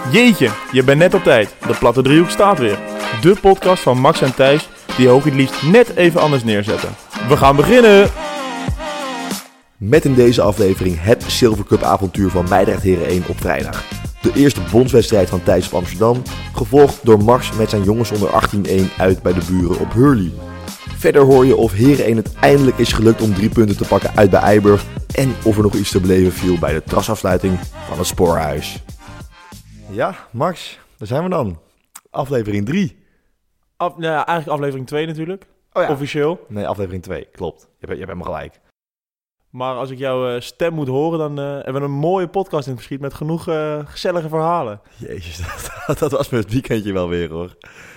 Jeetje, je bent net op tijd. De Platte Driehoek staat weer. De podcast van Max en Thijs die Hokie het liefst net even anders neerzetten. We gaan beginnen! Met in deze aflevering het Silver Cup avontuur van Meidrecht Heren 1 op vrijdag. De eerste bondswedstrijd van Thijs op Amsterdam, gevolgd door Max met zijn jongens onder 18-1 uit bij de buren op Hurley. Verder hoor je of Heren 1 het eindelijk is gelukt om 3 punten te pakken uit bij Eiburg en of er nog iets te beleven viel bij de trasafsluiting van het Spoorhuis. Ja, Max, daar zijn we dan. Aflevering 3. Eigenlijk aflevering 2 natuurlijk. Oh ja. Officieel. Nee, aflevering 2, klopt. Je hebt hem gelijk. Maar als ik jouw stem moet horen, dan hebben we een mooie podcast in het verschiet met genoeg gezellige verhalen. Jezus, dat was me het weekendje wel weer hoor.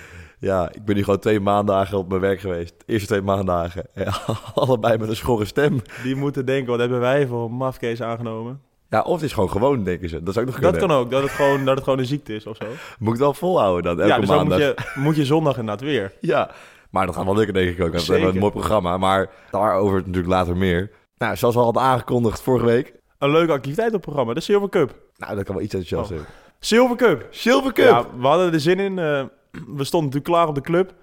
Ja, ik ben nu gewoon 2 maandagen op mijn werk geweest. De eerste 2 maandagen. Ja, allebei met een schorre stem. Die moeten denken, wat hebben wij voor een mafkees aangenomen? Ja, of het is gewoon gewoon, denken ze. Dat is ook nog kunnen. Dat kan ook, dat het gewoon een ziekte is of zo. Moet ik het wel volhouden dan, elke dus maandag. Dan moet je zondag inderdaad weer. Ja, maar dat gaat wel lukken denk ik ook. Dat is een mooi programma, maar daarover natuurlijk later meer. Nou, zoals we al hadden aangekondigd vorige week. Een leuke activiteit op het programma, de Silver Cup. Nou, dat kan wel iets uit jezelf zeggen. Silver Cup! Silver Cup! Ja, we hadden er zin in. We stonden natuurlijk klaar op de club.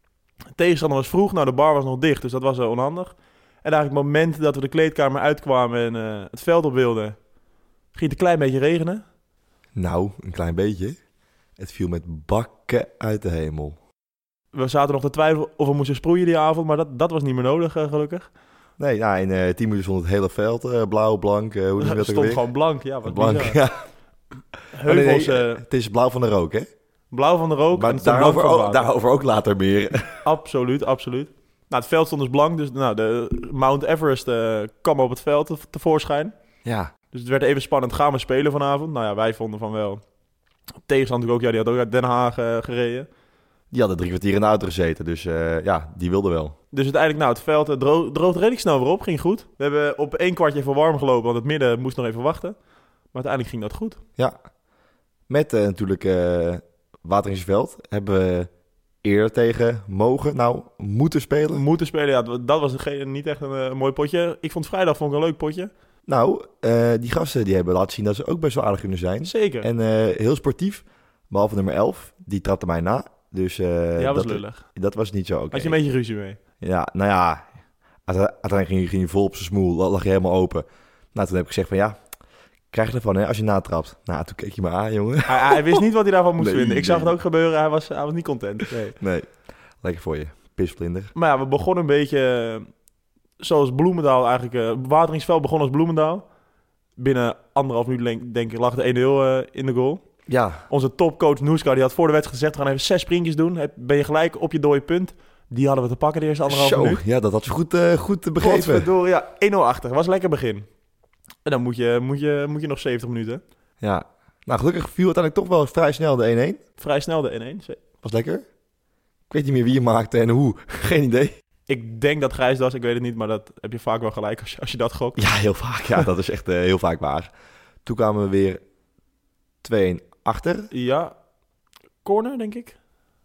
De tegenstander was vroeg, de bar was nog dicht, dus dat was onhandig. En eigenlijk het moment dat we de kleedkamer uitkwamen en het veld op wilden, ging het een klein beetje regenen. Nou, een klein beetje. Het viel met bakken uit de hemel. We zaten nog te twijfelen of we moesten sproeien die avond, maar dat was niet meer nodig, gelukkig. Nee, nou, in 10 minuten stond het hele veld, blauw, blank, hoe noem je dat? Het stond gewoon blank, ja. Wat blank, bizar. ja. Heuvels, het is blauw van de rook, hè? Blauw van de rook. Maar en daarover ook later meer. Absoluut. Nou, het veld stond dus blank, dus de Mount Everest kwam op het veld tevoorschijn. Ja. Dus het werd even spannend. Gaan we spelen vanavond? Nou ja, wij vonden van wel. Tegenstander ook, ja, die had ook uit Den Haag gereden. Die hadden 3 kwartier in de auto gezeten, dus ja, die wilde wel. Dus uiteindelijk, het veld droogt redelijk snel weer op, ging goed. We hebben op 1 kwartje even warm gelopen, want het midden moest nog even wachten. Maar uiteindelijk ging dat goed. Ja. Met natuurlijk Wateringsveld hebben we eerder tegen moeten spelen. Moeten spelen, ja, dat was niet echt een mooi potje. Ik vond vrijdag een leuk potje. Nou, die gasten die hebben laten zien dat ze ook best wel aardig kunnen zijn. Zeker. En heel sportief, behalve nummer 11, die trapte mij na. Dus ja, was lullig. Dat was niet zo oké. Had je een beetje ruzie mee? Ja, nou ja, uiteindelijk ging je vol op zijn smoel, lag je helemaal open. Nou, toen heb ik gezegd van ja, krijg je ervan hè, als je natrapt. Nou, toen keek je me aan, jongen. Hij wist niet wat hij daarvan moest vinden. Ik zag het ook gebeuren, hij was niet content. Nee, lekker voor je, pisvlinder. Maar ja, we begonnen een beetje zoals Bloemendaal eigenlijk. Wateringsveld begon als Bloemendaal. Binnen 1,5 minuut denk ik lag de 1-0 in de goal. Ja. Onze topcoach Noeska, die had voor de wedstrijd gezegd, we gaan even 6 sprintjes doen. Ben je gelijk op je dode punt. Die hadden we te pakken de eerste 1,5 minuut. Ja, dat had ze goed begrepen. Ja, 1-0 achter. Was een lekker begin. En dan moet je nog 70 minuten. Ja. Nou, gelukkig viel uiteindelijk toch wel vrij snel de 1-1. Vrij snel de 1-1. Was lekker. Ik weet niet meer wie je maakte en hoe. Geen idee. Ik denk dat Gijs was, ik weet het niet, maar dat heb je vaak wel gelijk als je dat gokt. Ja, heel vaak. Ja, dat is echt heel vaak waar. Toen kwamen we weer 2-1 achter. Ja, corner denk ik.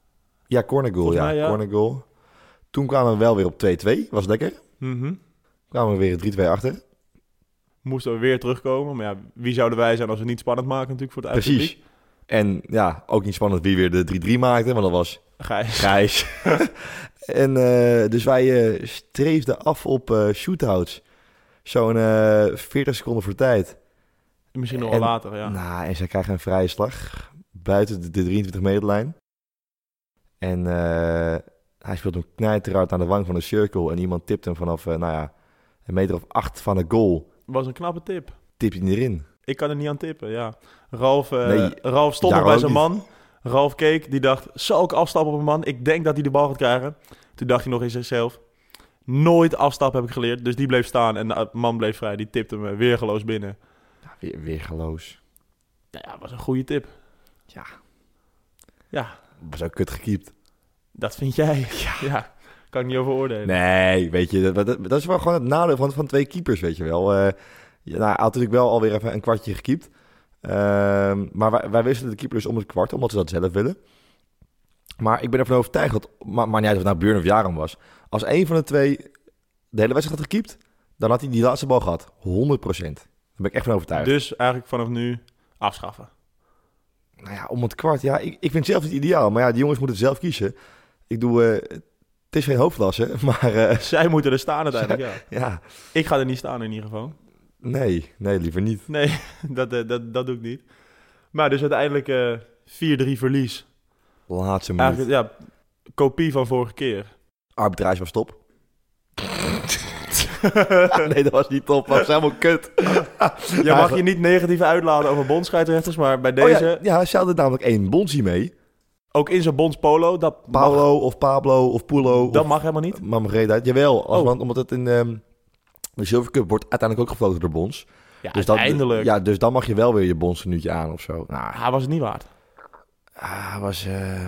Ja, corner goal. Ja, corner goal. Toen kwamen we wel weer op 2-2. Was lekker. Kwamen we weer 3-2 achter. Moesten we weer terugkomen. Maar ja, wie zouden wij zijn als we niet spannend maken natuurlijk voor het uitpubliek. Precies. En ja, ook niet spannend wie weer de 3-3 maakte, want dat was Gijs. En dus wij streefden af op shootouts. Zo'n 40 seconden voor tijd. Misschien nog wel later, ja. Nou, en zij krijgen een vrije slag buiten de 23 meterlijn. En hij speelt hem knijterhard aan de wang van de cirkel. En iemand tipt hem vanaf, een meter of 8 van de goal. Was een knappe tip. Tip je niet erin. Ik kan er niet aan tippen, ja. Ralf stond nog bij zijn man. Ralf keek, die dacht, zal ik afstappen op een man? Ik denk dat hij de bal gaat krijgen. Toen dacht hij nog in zichzelf, nooit afstappen heb ik geleerd. Dus die bleef staan en de man bleef vrij. Die tipte hem weergeloos binnen. Ja, weergeloos. Ja, was een goede tip. Ja. Was ook kut gekiept. Dat vind jij? Ja. Kan ik niet over oordelen. Nee, weet je, dat is wel gewoon het nadeel van 2 keepers, weet je wel. Hij had natuurlijk wel alweer even een kwartje gekiept. Maar wij wisselen de keepers om het kwart, omdat ze dat zelf willen. Maar ik ben ervan overtuigd dat, maar niet uit of het nou Björn of Jaron was. Als een van de 2 de hele wedstrijd had gekiept, dan had hij die laatste bal gehad. 100%. Daar ben ik echt van overtuigd. Dus eigenlijk vanaf nu afschaffen. Nou ja, om het kwart. Ja, ik vind het zelf niet ideaal. Maar ja, die jongens moeten het zelf kiezen. Ik doe... het is geen hoofdklasse, maar... Zij moeten er staan uiteindelijk, ja. Ik ga er niet staan in ieder geval. Nee, liever niet. Nee, dat doe ik niet. Maar dus uiteindelijk 4-3 verlies. Laatste minuut. Eigenlijk, ja, kopie van vorige keer. Arbitrage was top. Nee, dat was niet top. Dat was helemaal kut. Je mag je niet negatief uitladen over bondsscheidsrechters, maar bij deze... Ja, ze hadden namelijk 1 bonsie mee. Ook in zijn bondspolo. Paolo of Pablo of Pulo. Dat mag helemaal niet. Maar mag uit. Jawel, omdat het in de Silver Cup wordt uiteindelijk ook gefloten door bonds. Ja, dus uiteindelijk. Dus dan mag je wel weer je bondsgenuutje aan of zo. Nou, hij was het niet waard. Hij was...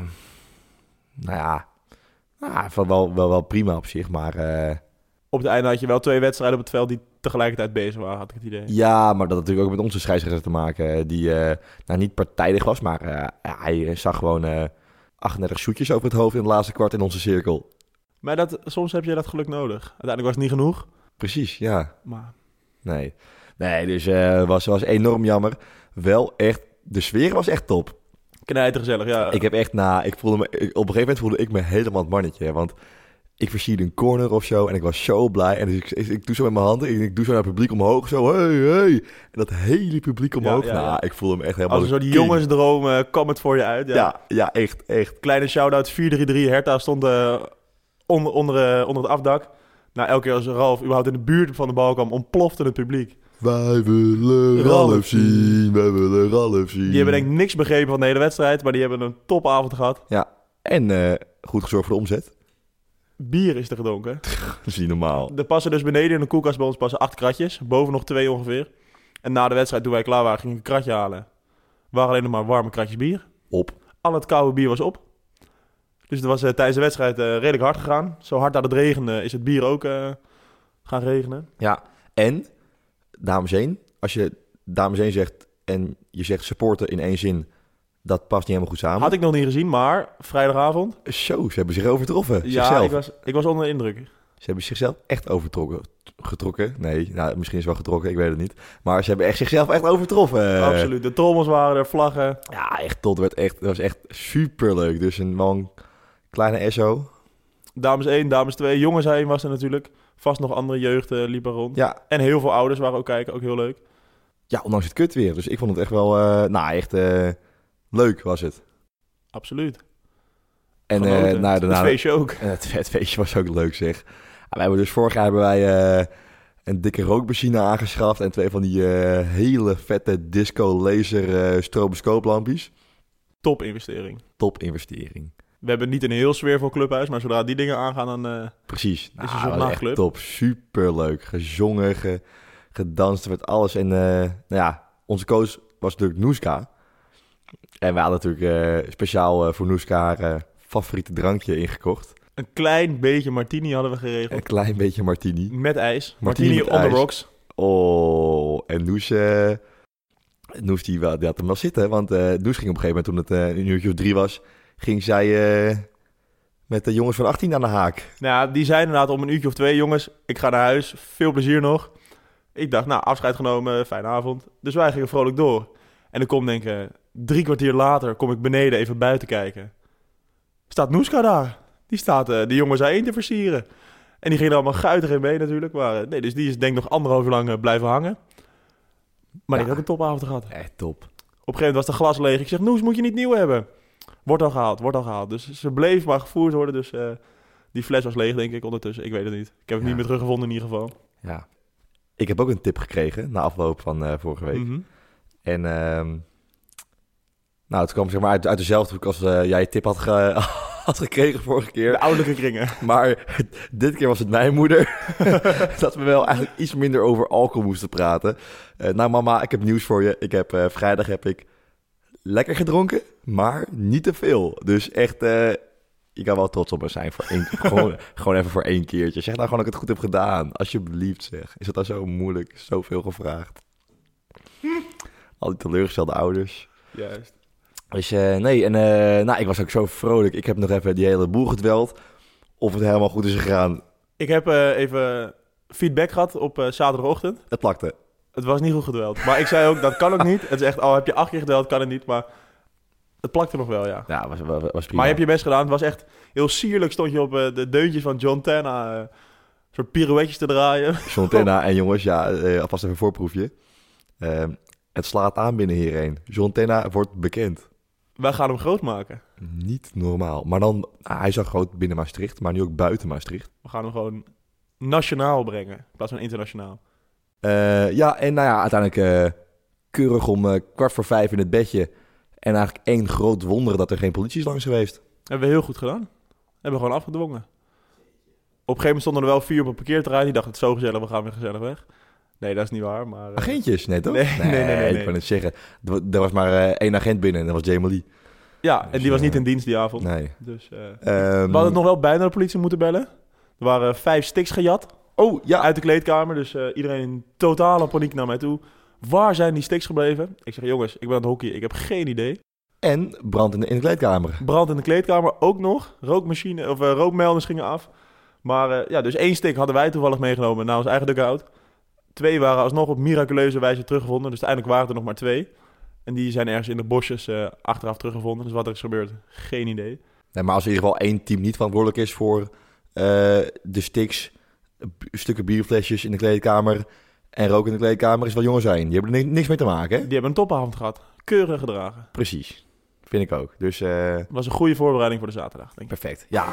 wel prima op zich, maar... Op het einde had je wel 2 wedstrijden op het veld die tegelijkertijd bezig waren, had ik het idee. Ja, maar dat had natuurlijk ook met onze scheidsrechter te maken. Die niet partijdig was, maar hij zag gewoon 38 shootjes over het hoofd in het laatste kwart in onze cirkel. Maar soms heb je dat geluk nodig. Uiteindelijk was het niet genoeg. Precies, ja. Maar... Nee, dus was enorm jammer. Wel echt, de sfeer was echt top. Knijtergezellig, ja. Ik heb echt op een gegeven moment voelde ik me helemaal het mannetje. Want ik versierde een corner of zo en ik was zo blij. En dus ik doe zo met mijn handen, ik doe zo naar het publiek omhoog. Zo, hey. En dat hele publiek omhoog. Ja. Ik voelde me echt helemaal... Als een soort jongensdroom kwam het voor je uit. Ja, echt. Kleine shout-out, 4-3-3. Hertha stond onder het afdak. Nou, elke keer als Ralf überhaupt in de buurt van de bal kwam, ontplofte het publiek. Wij willen Ralf zien. Die hebben denk ik niks begrepen van de hele wedstrijd, maar die hebben een topavond gehad. Ja, en goed gezorgd voor de omzet. Bier is er gedronken. Dat is niet normaal. Er passen dus beneden in de koelkast bij ons 8 kratjes. Boven nog 2 ongeveer. En na de wedstrijd, toen wij klaar waren, ging ik een kratje halen. Waren alleen nog maar warme kratjes bier. Op. Al het koude bier was op. Dus het was tijdens de wedstrijd redelijk hard gegaan. Zo hard dat het regende is het bier ook gaan regenen. Ja, en dames 1, als je dames 1 zegt en je zegt supporten in 1 zin, dat past niet helemaal goed samen. Had ik nog niet gezien, maar vrijdagavond... Zo, ze hebben zich overtroffen. Ja, ik was onder de indruk. Ze hebben zichzelf echt getrokken. Nee, nou, misschien is het wel getrokken, ik weet het niet. Maar ze hebben zichzelf echt overtroffen. Absoluut, de trommels waren er, vlaggen. Ja, echt tot. Dat was echt superleuk. Dus een kleine SO. Dames 1, dames 2, jongens heen was er natuurlijk. Vast nog andere jeugd liepen rond. Ja. En heel veel ouders waren ook kijken, ook heel leuk. Ja, ondanks het kut weer. Dus ik vond het echt wel, echt leuk was het. Absoluut. En het feestje ook. En het feestje was ook leuk, zeg. Vorig jaar hebben wij een dikke rookmachine aangeschaft en 2 van die hele vette disco laser stroboscooplampjes. Top investering. We hebben niet een heel sfeervol clubhuis, maar zodra die dingen aangaan, dan precies. Is een soort nachtclub. Top, superleuk. Gezongen, gedanst, werd alles. En onze coach was natuurlijk Noeska. En we hadden natuurlijk speciaal voor Noeska haar favoriete drankje ingekocht. Een klein beetje martini hadden we geregeld. Een klein beetje martini. Met ijs. Martini on the rocks. Oh, en Noes die had hem wel zitten. Want Noes ging op een gegeven moment, toen het een uurtje of 3 was, ging zij met de jongens van 18 aan de haak. Nou, die zeiden inderdaad om een uurtje of 2, jongens, ik ga naar huis. Veel plezier nog. Ik dacht, afscheid genomen, fijne avond. Dus wij gingen vrolijk door. En dan kom denk ik 3 kwartier later, kom ik beneden even buiten kijken. Staat Noeska daar? Die staat de jongens A1 te versieren. En die ging er allemaal guitig in mee natuurlijk. Maar, dus die is denk ik nog 1,5 uur lang blijven hangen. Maar ik heb een topavond gehad. Echt top. Op een gegeven moment was de glas leeg. Ik zeg, Noes, moet je niet nieuw hebben? Wordt al gehaald. Dus ze bleef maar gevoerd worden. Dus die fles was leeg, denk ik, ondertussen. Ik weet het niet. Ik heb het niet meer teruggevonden in ieder geval. Ja. Ik heb ook een tip gekregen na afloop van vorige week. Mm-hmm. En het kwam zeg maar uit dezelfde hoek als jij je tip had gekregen vorige keer. De ouderlijke kringen. Maar dit keer was het mijn moeder. Dat we wel eigenlijk iets minder over alcohol moesten praten. Mama, ik heb nieuws voor je. Vrijdag heb ik lekker gedronken, maar niet te veel. Dus echt, je kan wel trots op me zijn. Voor gewoon even voor 1 keertje. Zeg nou gewoon dat ik het goed heb gedaan. Alsjeblieft zeg. Is het dan zo moeilijk? Zoveel gevraagd. Al die teleurgestelde ouders. Juist. Dus ik was ook zo vrolijk. Ik heb nog even die hele boel gedweld. Of het helemaal goed is gegaan. Ik heb even feedback gehad op zaterdagochtend. Het plakte. Het was niet goed gedweld. Maar ik zei ook, dat kan ook niet. Het is echt, heb je 8 keer gedweld, kan het niet. Maar Het plakte nog wel, ja. Ja, was prima. Maar je hebt je best gedaan. Het was echt heel sierlijk. Stond je op de deuntjes van John Tenna soort pirouetjes te draaien. John Tenna en jongens, ja, alvast even een voorproefje. Het slaat aan binnen hierheen. John Tenna wordt bekend. Wij gaan hem groot maken. Niet normaal. Maar dan, hij is al groot binnen Maastricht, maar nu ook buiten Maastricht. We gaan hem gewoon nationaal brengen, in plaats van internationaal. Ja, en nou ja, uiteindelijk keurig om 4:15 in het bedje. En eigenlijk één groot wonder dat er geen politie is langs geweest. Hebben we heel goed gedaan. Hebben we gewoon afgedwongen. Op een gegeven moment stonden er wel 4 op een parkeerterrein. Die dachten, het is zo gezellig, we gaan weer gezellig weg. Nee, dat is niet waar. Maar, agentjes, nee toch? Nee. Ik kan het zeggen. Er was maar 1 agent binnen en dat was Jamie. Ja, dus, en die was niet in dienst die avond. Nee. Dus, we hadden nog wel bijna de politie moeten bellen. Er waren 5 sticks gejat. Oh, ja. Uit de kleedkamer. Dus iedereen in totale paniek naar mij toe. Waar zijn die sticks gebleven? Ik zeg, jongens, ik ben aan het hockey. Ik heb geen idee. En brand in de kleedkamer. Brand in de kleedkamer ook nog. Rookmachine of rookmelders gingen af. Maar dus 1 stick hadden wij toevallig meegenomen naar ons eigen dugout. 2 waren alsnog op miraculeuze wijze teruggevonden. Dus uiteindelijk waren er nog maar 2. En die zijn ergens in de bosjes achteraf teruggevonden. Dus wat er is gebeurd, geen idee. Nee, maar als in ieder geval 1 team niet verantwoordelijk is voor de sticks, stukken bierflesjes in de kleedkamer en rook in de kleedkamer, is wel jongen zijn. Die hebben er niks mee te maken, hè? Die hebben een topavond gehad. Keurig gedragen. Precies. Vind ik ook. Dus, het was een goede voorbereiding voor de zaterdag, denk ik. Perfect, ja.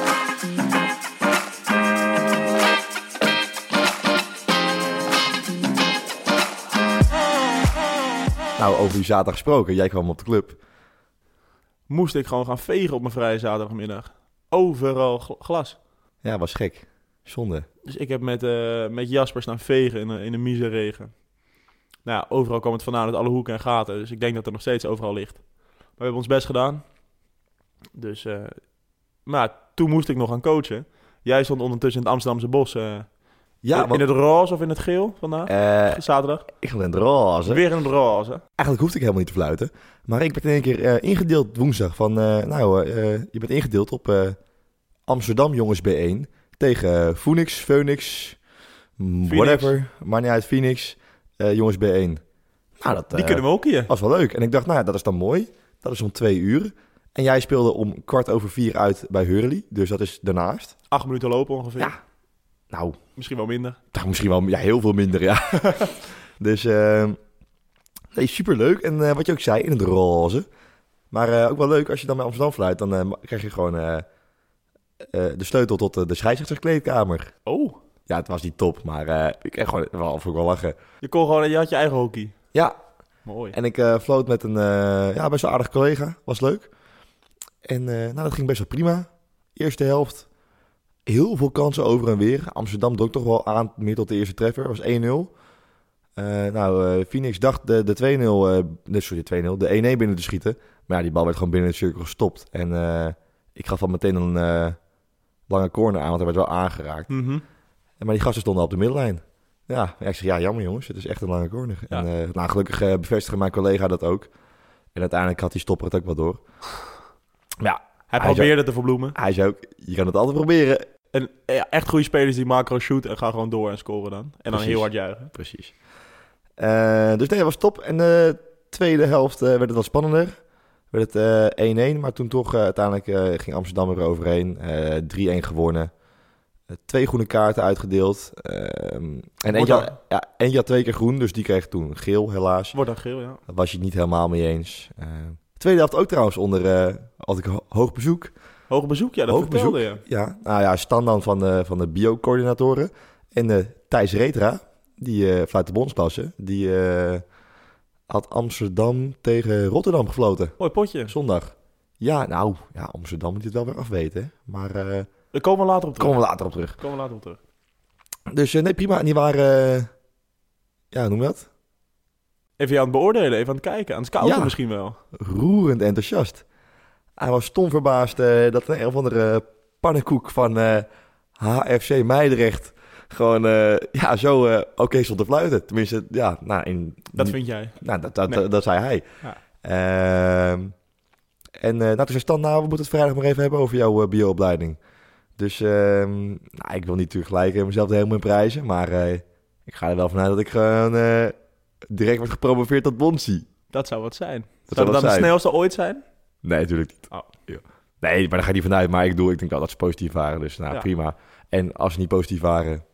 Nou, over die zaterdag gesproken. Jij kwam op de club. Moest ik gewoon gaan vegen op mijn vrije zaterdagmiddag. Overal glas. Ja, was gek. Zonde. Dus ik heb met Jasper staan vegen in een mieze regen. Nou ja, overal kwam het vandaan uit alle hoeken en gaten. Dus ik denk dat er nog steeds overal ligt. Maar we hebben ons best gedaan. Dus, maar toen moest ik nog gaan coachen. Jij stond ondertussen in het Amsterdamse bos. In het roze of in het geel vandaag? Zaterdag? Ik stond in het roze. Weer in het roze. Eigenlijk hoefde ik helemaal niet te fluiten. Maar ik werd in één keer ingedeeld woensdag van... je bent ingedeeld op Amsterdam jongens B1 tegen Phoenix, whatever. Maar niet uit Phoenix, jongens B1. Nou, die kunnen we ook hier. Was wel leuk. En ik dacht, nou, dat is dan mooi. Dat is om 2 uur. En jij speelde om 4:15 uit bij Hurley. Dus dat is daarnaast. 8 minuten lopen ongeveer. Ja. Nou. Misschien wel minder. Misschien wel, ja, heel veel minder, ja. Dus, nee, superleuk. En wat je ook zei, in het roze. Maar ook wel leuk, als je dan bij Amsterdam fluit, dan krijg je gewoon de sleutel tot de scheidsrechterskleedkamer. Oh. Ja, het was niet top, maar ik kreeg gewoon wel lachen. Je had je eigen hockey. Ja. Mooi. En ik floot met een best wel aardig collega. Was leuk. En dat ging best wel prima. Eerste helft. Heel veel kansen over en weer. Amsterdam druk toch wel aan meer tot de eerste treffer. Was 1-0. Phoenix dacht de 2-0, de 1-1 binnen te schieten. Maar ja, die bal werd gewoon binnen de cirkel gestopt. En ik gaf al meteen een lange corner aan, want hij werd wel aangeraakt. Mm-hmm. Maar die gasten stonden al op de middenlijn. Ja, ik zeg, ja, jammer jongens, het is echt een lange corner. Ja. En gelukkig bevestigde mijn collega dat ook. En uiteindelijk had die stopper het ook wel door. Ja, hij probeerde te verbloemen. Hij zei ook, je kan het altijd proberen. En echt goede spelers die macro shoot en gaan gewoon door en scoren dan. En Precies. Dan heel hard juichen. Precies. Dus nee, dat was top. En de tweede helft werd het wat spannender. Werd het 1-1, maar toen toch uiteindelijk ging Amsterdam er overheen. 3-1 gewonnen. 2 groene kaarten uitgedeeld. En eentje had 2 keer groen, dus die kreeg toen geel helaas. Wordt dan geel, ja. Dat was je het niet helemaal mee eens. Tweede helft ook trouwens onder had ik hoog bezoek. Hoog bezoek, ja, dat vertelde je. Ja, nou ja, Stan dan van de bio-coördinatoren. En Thijs Retra, die fluit de bondsklasse, die had Amsterdam tegen Rotterdam gefloten. Mooi potje. Zondag. Ja, nou, ja, Amsterdam moet het wel weer afweten. Maar daar komen we later op terug. Dus nee, prima. En die waren, ja, noem je dat? Even aan het beoordelen, even aan het kijken. Aan het scouten misschien wel. Roerend enthousiast. Hij was stom verbaasd dat een of andere pannenkoek van HFC Meidrecht gewoon zo oké stond te fluiten. Tenminste, ja. Dat vind jij? Nou, dat zei hij. Ja. En toen zei Stan, we moeten het vrijdag maar even hebben over jouw bio-opleiding. Dus ik wil niet natuurlijk gelijk mezelf er helemaal in prijzen. Maar ik ga er wel vanuit dat ik gewoon direct word gepromoveerd tot bonsie. Dat zou wat zijn. Zou dat dan de snelste ooit zijn? Nee, natuurlijk niet. Oh. Ja. Nee, maar daar ga je niet vanuit. Maar ik denk wel dat ze positief waren. Dus prima. En als ze niet positief waren...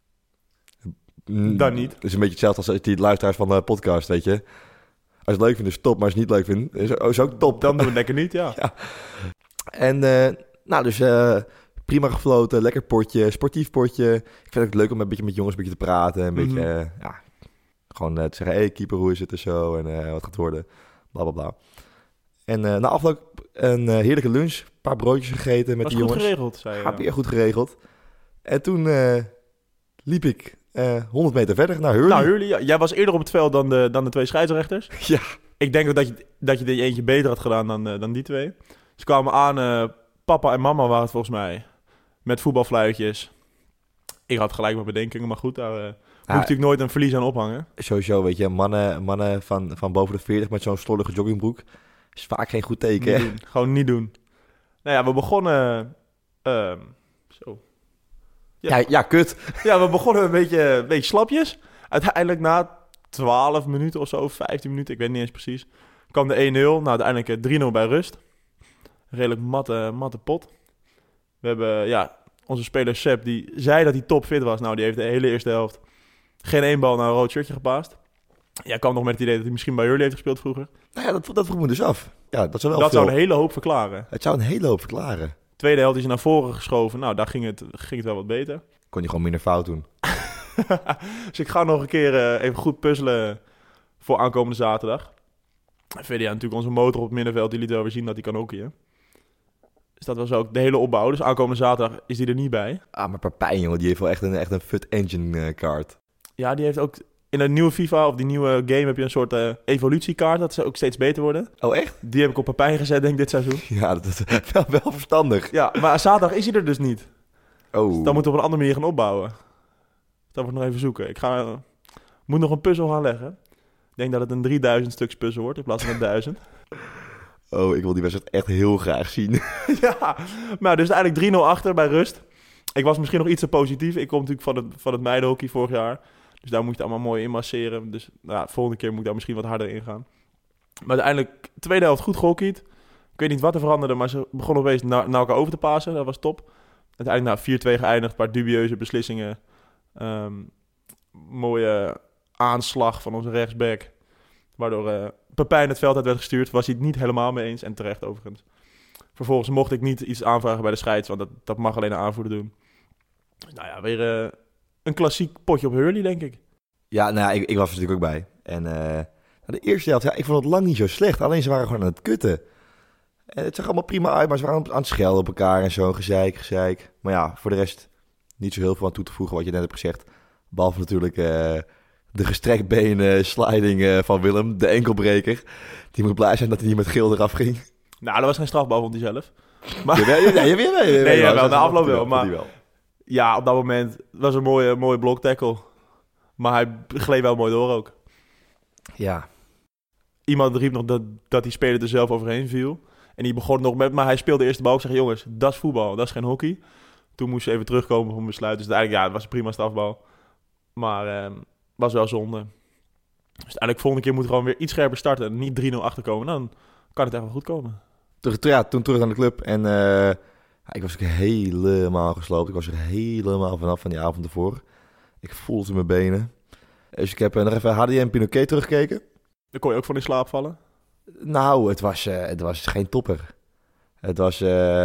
Dan niet. Het is een beetje hetzelfde als die luisteraars van de podcast, weet je. Als je het leuk vindt, is het top. Maar als je het niet leuk vindt, is ook top. Dan doen we het lekker niet, ja. Ja. En dus prima gefloten, lekker potje, sportief potje. Ik vind het ook leuk om een beetje met jongens te praten. Een beetje, gewoon te zeggen, hey keeper, hoe is het en zo. En wat gaat worden, bla bla bla. En na afloop een heerlijke lunch. Een paar broodjes gegeten met die jongens. Was goed geregeld, zei je. Ja, weer goed geregeld. En toen liep ik 100 meter verder naar Hurley. Nou, Hurley, ja. Jij was eerder op het veld dan de twee scheidsrechters. Ja. Ik denk ook dat je er eentje beter had gedaan dan die twee. Ze kwamen aan, papa en mama waren het volgens mij, met voetbalfluitjes. Ik had gelijk mijn bedenkingen, maar goed, daar moet ik natuurlijk nooit een verlies aan ophangen. Sowieso, weet je, mannen van boven de 40 met zo'n slordige joggingbroek is vaak geen goed teken. Niet doen. Gewoon niet doen. Nou ja, we begonnen... zo. Ja, kut. Ja, we begonnen een beetje slapjes. Uiteindelijk na 12 minuten of zo, 15 minuten, ik weet niet eens precies, kwam de 1-0. Nou, uiteindelijk 3-0 bij rust. Redelijk matte pot. We hebben, onze speler Sepp, die zei dat hij topfit was. Nou, die heeft de hele eerste helft geen één bal naar een rood shirtje gepaast. Ja, kwam nog met het idee dat hij misschien bij Hurley heeft gespeeld vroeger. Nou ja, dat vroeg me dus af. Ja, dat zou een hele hoop verklaren. Het zou een hele hoop verklaren. Tweede helft is hij naar voren geschoven. Nou, daar ging het wel wat beter. Kon hij gewoon minder fout doen. Dus ik ga nog een keer even goed puzzelen voor aankomende zaterdag. VDA natuurlijk onze motor op het middenveld. Die liet wel weer zien dat hij kan hockeyen. Dus dat was ook de hele opbouw. Dus aankomende zaterdag is hij er niet bij. Ah, maar Papijn, jongen, die heeft wel echt een FUT Engine kaart. Ja, die heeft ook... In een nieuwe FIFA of die nieuwe game heb je een soort evolutiekaart. Dat zou ook steeds beter worden. Oh, echt? Die heb ik op Papijn gezet, denk ik, dit seizoen. Ja, dat is wel verstandig. Ja, maar zaterdag is hij er dus niet. Oh. Dus dan moeten we op een andere manier gaan opbouwen. Dat wordt nog even zoeken. Ik moet nog een puzzel gaan leggen. Ik denk dat het een 3000 stuks puzzel wordt in plaats van een 1000. Oh, ik wil die wedstrijd echt heel graag zien. Ja, maar dus uiteindelijk 3-0 achter bij rust. Ik was misschien nog iets te positief. Ik kom natuurlijk van het meidenhockey vorig jaar. Dus daar moet je het allemaal mooi in masseren. Dus volgende keer moet ik daar misschien wat harder in gaan. Maar uiteindelijk, tweede helft goed gehockeyd. Ik weet niet wat er veranderde, maar ze begonnen opeens naar elkaar over te pasen. Dat was top. Uiteindelijk 4-2 geëindigd, een paar dubieuze beslissingen. Mooie aanslag van onze rechtsback. Waardoor Pepijn het veld uit werd gestuurd. Was hij het niet helemaal mee eens. En terecht overigens. Vervolgens mocht ik niet iets aanvragen bij de scheids. Want dat mag alleen een aanvoerder doen. Dus nou ja, weer een klassiek potje op Hurley, denk ik. Ja, nou ja, ik was er natuurlijk ook bij. En de eerste helft, ik vond het lang niet zo slecht. Alleen ze waren gewoon aan het kutten. En het zag allemaal prima uit, maar ze waren aan het schelden op elkaar en zo. Gezeik. Maar ja, voor de rest niet zo heel veel aan toe te voegen wat je net hebt gezegd. Behalve natuurlijk de gestrekbeen sliding van Willem, de enkelbreker. Die moet blij zijn dat hij niet met geel eraf ging. Nou, dat was geen strafbal, vond hij zelf. Maar... Nee, wel, na afloop wel. Maar ja, op dat moment was een mooie bloktackle. Maar hij gleed wel mooi door ook. Ja. Iemand riep nog dat die speler er zelf overheen viel. En die begon nog met... Maar hij speelde eerst de bal. Ik zeg, jongens, dat is voetbal. Dat is geen hockey. Toen moest ze even terugkomen voor een besluit. Dus uiteindelijk, het was een prima strafbal. Maar was wel zonde. Dus uiteindelijk volgende keer moet er gewoon weer iets scherper starten. En niet 3-0 achterkomen. Dan kan het echt wel goed komen. Toen terug aan de club. En ik was ook helemaal gesloopt. Ik was er helemaal vanaf van die avond ervoor. Ik voelde mijn benen. Dus ik heb nog even HDM Pinoquet teruggekeken. Dan kon je ook van in slaap vallen? Nou, het was geen topper. Het was...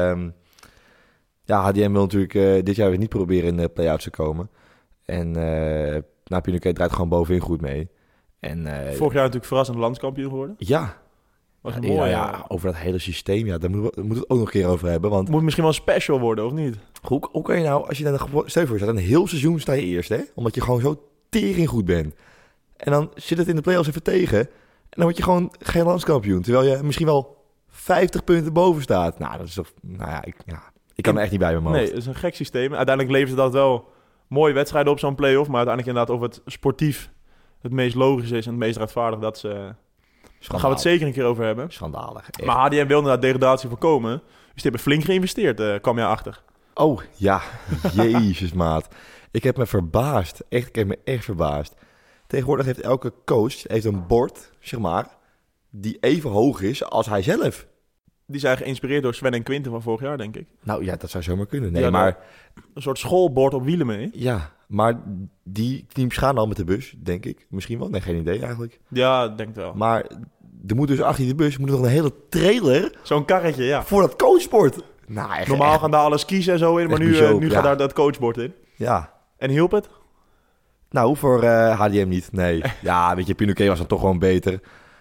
HDM wil natuurlijk dit jaar weer niet proberen in de play-outs te komen. En Pinoquet draait gewoon bovenin goed mee. En, vorig jaar natuurlijk verrassend landskampioen geworden. Ja. Was een mooi, over dat hele systeem, daar moeten we het ook nog een keer over hebben. Want moet misschien wel special worden, of niet? Hoe kan je nou, als je dan stel je voor, een heel seizoen sta je eerst, hè? Omdat je gewoon zo tering goed bent. En dan zit het in de play-offs even tegen. En dan word je gewoon geen landskampioen. Terwijl je misschien wel 50 punten boven staat. Nou, dat is toch... ik kan er echt niet bij mijn hoofd. Nee, het is een gek systeem. Uiteindelijk levert dat wel mooie wedstrijden op zo'n play-off. Maar uiteindelijk inderdaad of het sportief het meest logisch is en het meest rechtvaardig. Daar gaan we het zeker een keer over hebben. Schandalig. Echt. Maar HDM wil inderdaad degradatie voorkomen. Dus die hebben flink geïnvesteerd, kwam je achter. Oh, ja. Jezus, maat. Ik heb me verbaasd. Ik heb me echt verbaasd. Tegenwoordig heeft elke coach een bord, zeg maar, die even hoog is als hij zelf. Die zijn geïnspireerd door Sven en Quinten van vorig jaar, denk ik. Nou ja, dat zou zomaar kunnen. Nee, maar een soort schoolbord op wielen mee. Ja, maar die teams gaan al met de bus, denk ik. Misschien wel. Nee, geen idee eigenlijk. Ja, denk het wel. Maar er moet dus achter die bus nog een hele trailer. Zo'n karretje, ja. Voor dat coachbord. Nou, echt, normaal gaan daar alles kiezen en zo in, maar nu gaat daar dat coachbord in. Ja. En hielp het? Nou, voor HDM niet. Nee. Ja, weet je, Pinoquet was dan toch gewoon beter.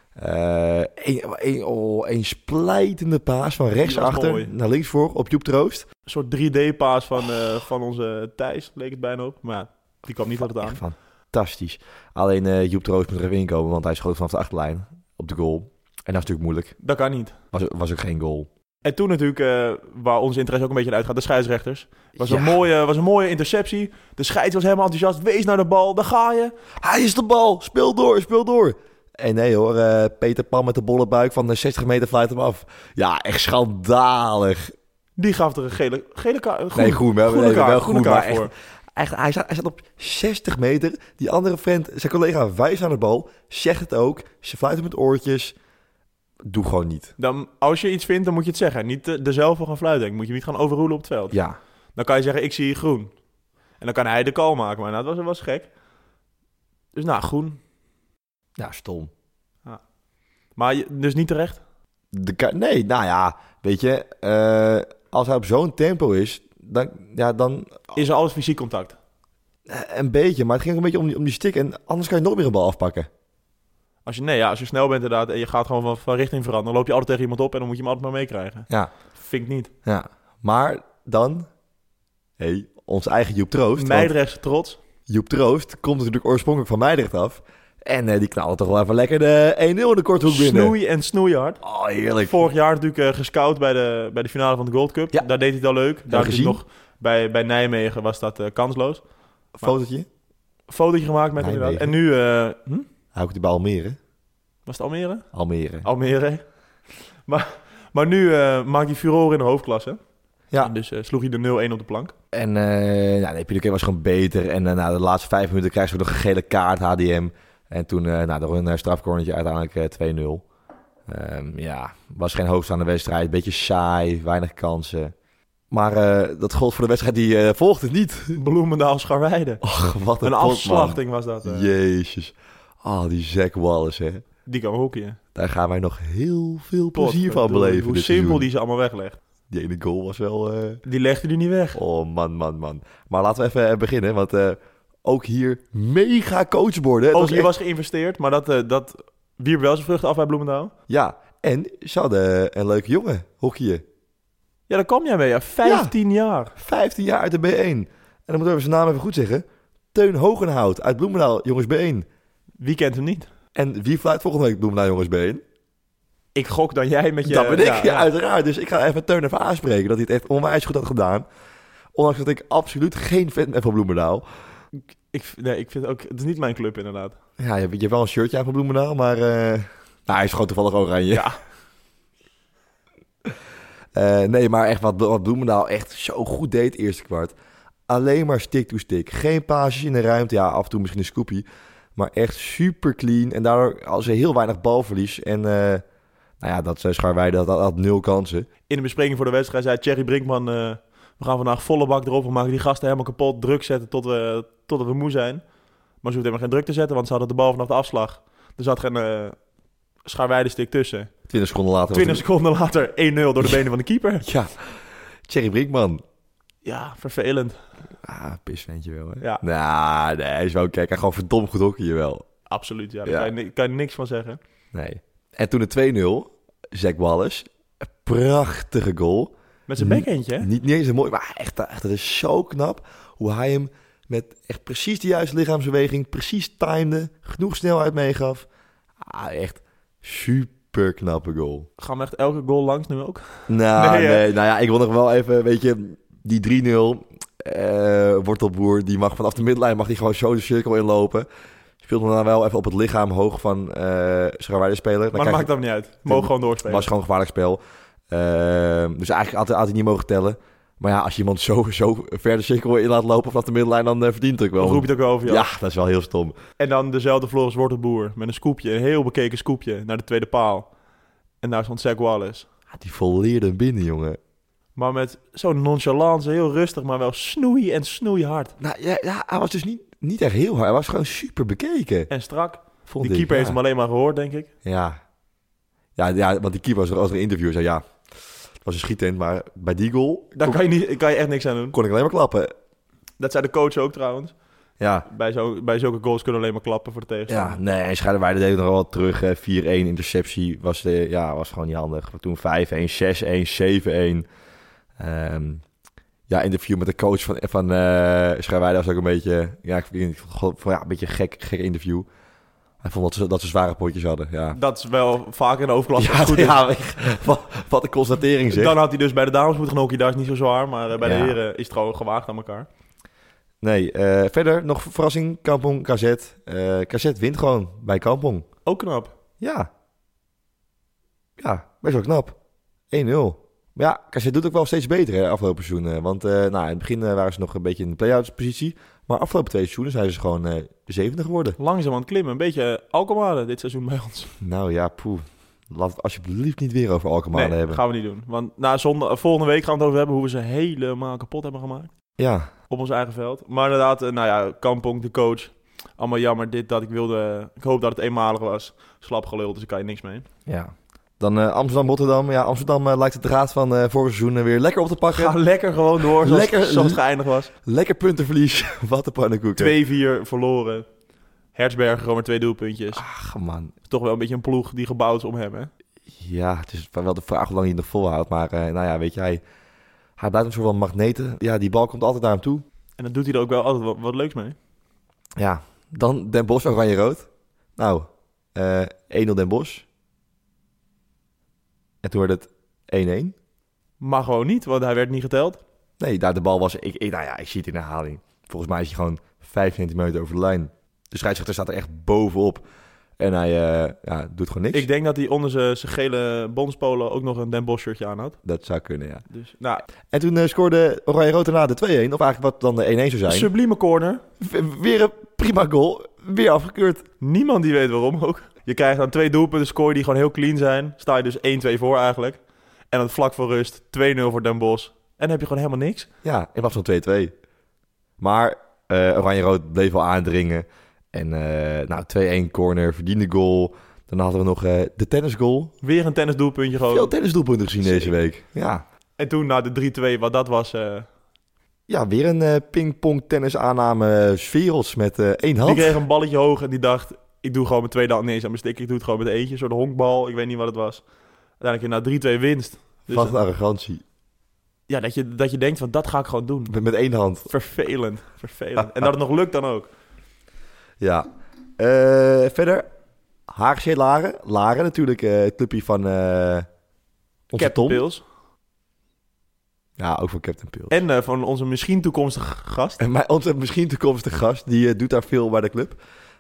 Een splijtende paas van rechtsachter naar links voor op Joep Troost. Een soort 3D-paas van onze Thijs, leek het bijna op. Maar ja, die kwam niet altijd aan. Fantastisch. Alleen Joep Troost moet er even inkomen, want hij schoot vanaf de achterlijn op de goal. En dat is natuurlijk moeilijk. Dat kan niet. Was ook geen goal. En toen natuurlijk, waar onze interesse ook een beetje uitgaat, de scheidsrechters. Was een mooie interceptie. De scheids was helemaal enthousiast. Wees naar de bal, daar ga je. Hij is de bal, speel door. En nee hoor, Peter Pan met de bolle buik van de 60 meter fluit hem af. Ja, echt schandalig. Die gaf er een gele kaart. Nee, groen. Wel groen, maar voor. Echt, hij zat op 60 meter. Die andere vent, zijn collega wijst aan de bal. Zegt het ook. Ze fluiten met oortjes. Doe gewoon niet. Dan, als je iets vindt, dan moet je het zeggen. Niet dezelfde gaan fluiten. Moet je niet gaan overroelen op het veld. Ja. Dan kan je zeggen, ik zie groen. En dan kan hij de call maken. Maar dat was gek. Dus nou, groen. Ja, stom. Ja. Maar dus niet terecht? Nee, nou ja, weet je, als hij op zo'n tempo is, dan... Is er alles fysiek contact? Een beetje, maar het ging ook een beetje om die stick. En anders kan je nooit meer een bal afpakken. Als je snel bent inderdaad en je gaat gewoon van richting veranderen, dan loop je altijd tegen iemand op en dan moet je hem altijd maar meekrijgen. Ja. Vind ik niet. Ja, maar dan... ons eigen Joep Troost. Meidrechtse trots. Joep Troost komt natuurlijk oorspronkelijk van Meidrecht af. En die knallen toch wel even lekker de 1-0 in de korthoek binnen. Snoei en snoeihard. Oh, heerlijk. Vorig jaar natuurlijk gescout bij de finale van de Gold Cup. Ja. Daar deed hij het al leuk. Daar gezien. Nog bij Nijmegen was dat kansloos. Fotootje gemaakt met inderdaad. En nu... Hou ik die bij Almere. Was het Almere? Almere. Maar nu maakt hij furore in de hoofdklasse. Ja. En dus sloeg hij de 0-1 op de plank. En Pinoquet was gewoon beter. En na de laatste 5 minuten krijgt ze ook nog een gele kaart, HDM. En toen door een strafcornertje uiteindelijk 2-0. Was geen hoogstaande wedstrijd. Beetje saai, weinig kansen. Maar dat gold voor de wedstrijd die volgde niet. Bloemendaal-Scharweide. Och, wat een afslachting was dat. Jezus. Die Zack Wallace, hè. Die kan hockeyen. Daar gaan wij nog heel veel plezier van beleven. Hoe simpel die ze allemaal weglegt. Die ene goal was wel... Die legde hij niet weg. Oh, man. Maar laten we even beginnen, want ook hier mega coachborden. Ook hier was geïnvesteerd, maar dat wierp wel zijn vruchten af bij Bloemendaal. Ja, en ze hadden een leuke jongen, hockeyen. Ja, daar kwam jij mee, ja. 15 jaar. 15 jaar uit de B1. En dan moeten we zijn naam even goed zeggen. Teun Hogenhout uit Bloemendaal, jongens B1. Wie kent hem niet? En wie fluit volgende week Bloemendaal, jongens B1? Ik gok dan jij met je... Dat ben ik, ja, uiteraard. Dus ik ga even Teun even aanspreken dat hij het echt onwijs goed had gedaan. Ondanks dat ik absoluut geen fan ben van Bloemendaal. Ik vind ook... Het is niet mijn club, inderdaad. Ja, je hebt wel een shirtje aan van Bloemendaal, maar... hij is gewoon toevallig oranje. Ja. Nee, maar echt wat Bloemendaal echt zo goed deed eerste kwart. Alleen maar stick-to-stick. Geen paasjes in de ruimte. Ja, af en toe misschien een scoopie. Maar echt super clean. En daardoor hadden ze heel weinig balverlies. En dat Scharweide had 0 kansen. In de bespreking voor de wedstrijd zei Thierry Brinkman... we gaan vandaag volle bak erop. We maken die gasten helemaal kapot. Druk zetten totdat we moe zijn. Maar ze hoeven helemaal geen druk te zetten. Want ze hadden de bal vanaf de afslag. Er zat geen Scharweide-stick tussen. 20 seconden later 1-0 door de benen van de keeper. Ja, Thierry Brinkman. Ja, vervelend. Pisventje wel, hè? Ja. Nou, nee, hij is wel kijk. Hij gewoon verdomd goed hockey, wel. Absoluut, ja. Daar kan je niks van zeggen. Nee. En toen de 2-0, Zack Wallace. Een prachtige goal. Met zijn backhandje, hè? Niet eens een mooi, maar echt, het is zo knap hoe hij hem met echt precies de juiste lichaamsbeweging, precies timede, genoeg snelheid meegaf. Echt super knappe goal. Gaan we echt elke goal langs nu ook? Nee. Nou ja, ik wil nog wel even, weet je, die 3-0 wortelboer, die mag vanaf de middenlijn mag die gewoon zo de cirkel inlopen. Speelt hem dan wel even op het lichaam hoog van Scharweide speler. Maar dat maakt dat niet uit. Mogen gewoon doorspelen. Was gewoon een gevaarlijk spel. Dus eigenlijk had hij niet mogen tellen. Maar ja, als je iemand zo ver de cirkel in laat lopen vanaf de middenlijn, dan verdient het ook wel. Dan roep je het ook over, ja, dat is wel heel stom. En dan dezelfde Floris Wortelboer met een scoopje, een heel bekeken scoopje, naar de tweede paal. En daar stond Zack Wallace. Die volleerde hem binnen, jongen. Maar met zo'n nonchalance, heel rustig, maar wel snoeihard. Nou ja, hij was dus niet echt heel hard. Hij was gewoon super bekeken. En strak. Vond die ik, keeper heeft hem alleen maar gehoord, denk ik. Ja, want die keeper was er een interview zei, ja, het was een schietent, maar bij die goal... Daar kan je echt niks aan doen. Kon ik alleen maar klappen. Dat zei de coach ook trouwens. Ja. Bij zulke goals kunnen alleen maar klappen voor de tegenstander. Ja, nee, en Schaarderweide deed nog wel terug. 4-1 interceptie was gewoon niet handig. Toen 5-1, 6-1, 7-1. Interview met de coach van Schaarderweide was ook een beetje... Ja, ik vind het een beetje gek interview. Hij vond dat ze zware potjes hadden, ja. Dat is wel vaak in de overklasse. Wat een constatering zeg. Dan had hij dus bij de dames moeten gaan hockey, daar is niet zo zwaar. Maar bij de heren is het gewoon gewaagd aan elkaar. Nee, verder nog verrassing, Kampong, KZ. KZ wint gewoon bij Kampong. Ook knap. Ja, best wel knap. 1-0. Maar ja, KZ doet ook wel steeds beter afgelopen seizoen. Want in het begin waren ze nog een beetje in de play-outs positie. Maar afgelopen 2 seizoenen zijn ze gewoon 7e geworden. Langzaam aan het klimmen. Een beetje Alkmaar dit seizoen bij ons. Nou ja, laat het alsjeblieft niet weer over Alkmaar hebben. Nee, gaan we niet doen. Want volgende week gaan we het over hebben hoe we ze helemaal kapot hebben gemaakt. Ja. Op ons eigen veld. Maar inderdaad, Kampong, de coach. Allemaal jammer dit, dat. Ik hoop dat het eenmalig was. Slap gelul, dus ik kan je niks mee. Ja. Dan Amsterdam-Rotterdam. Ja, Amsterdam lijkt het draad van vorig seizoen weer lekker op te pakken. Ga lekker gewoon door, zoals het geëindigd was. Lekker puntenverlies. Wat een pannenkoek. 2-4 verloren. Hertzberger gewoon maar 2 doelpuntjes. Ach, man. Toch wel een beetje een ploeg die gebouwd is om hem, hè? Ja, het is wel de vraag hoe lang hij het nog volhoudt. Maar weet je, hij blijft een soort van magneten. Ja, die bal komt altijd naar hem toe. En dan doet hij er ook wel altijd wat leuks mee. Ja, dan Den Bosch, oranje-rood. Nou, 1-0 Den Bosch. En toen werd het 1-1. Maar gewoon niet, want hij werd niet geteld. Nee, daar de bal was... Ik zie het in de herhaling. Volgens mij is hij gewoon 5 centimeter over de lijn. De scheidsrechter staat er echt bovenop. En hij doet gewoon niks. Ik denk dat hij onder zijn gele bonspolo ook nog een Den Bosch shirtje aan had. Dat zou kunnen, ja. Dus, en toen scoorde Oranje-rood daarna de 2-1. Of eigenlijk wat dan de 1-1 zou zijn. Sublieme corner. Weer een prima goal. Weer afgekeurd. Niemand die weet waarom ook. Je krijgt dan 2 doelpunten, score die gewoon heel clean zijn. Sta je dus 1-2 voor eigenlijk. En dan vlak voor rust 2-0 voor Den Bosch. En dan heb je gewoon helemaal niks. Ja, in plaats van 2-2. Maar Oranje-rood bleef wel aandringen. En 2-1 corner, verdiende goal. Dan hadden we nog de tennisgoal. Weer een tennisdoelpuntje gewoon. Veel tennisdoelpunten gezien deze week. Ja. En toen na de 3-2, wat dat was... Ja, weer een pingpong tennis aanname werelds met 1 hand. Die kreeg een balletje hoog en die dacht... Ik doe gewoon met 2 handen niet eens aan mijn stick. Ik doe het gewoon met eentje. Een soort honkbal. Ik weet niet wat het was. Uiteindelijk na 3-2 winst. Dus wat een arrogantie. Ja, dat je denkt van dat ga ik gewoon doen. Met 1 hand. Vervelend. En dat het nog lukt dan ook. Ja. Verder. Haagse Laren. Laren natuurlijk. Het clubje van onze Captain Tom. Pils. Ja, ook van Captain Pils. En van onze misschien toekomstige gast. En onze misschien toekomstige gast. Die doet daar veel bij de club.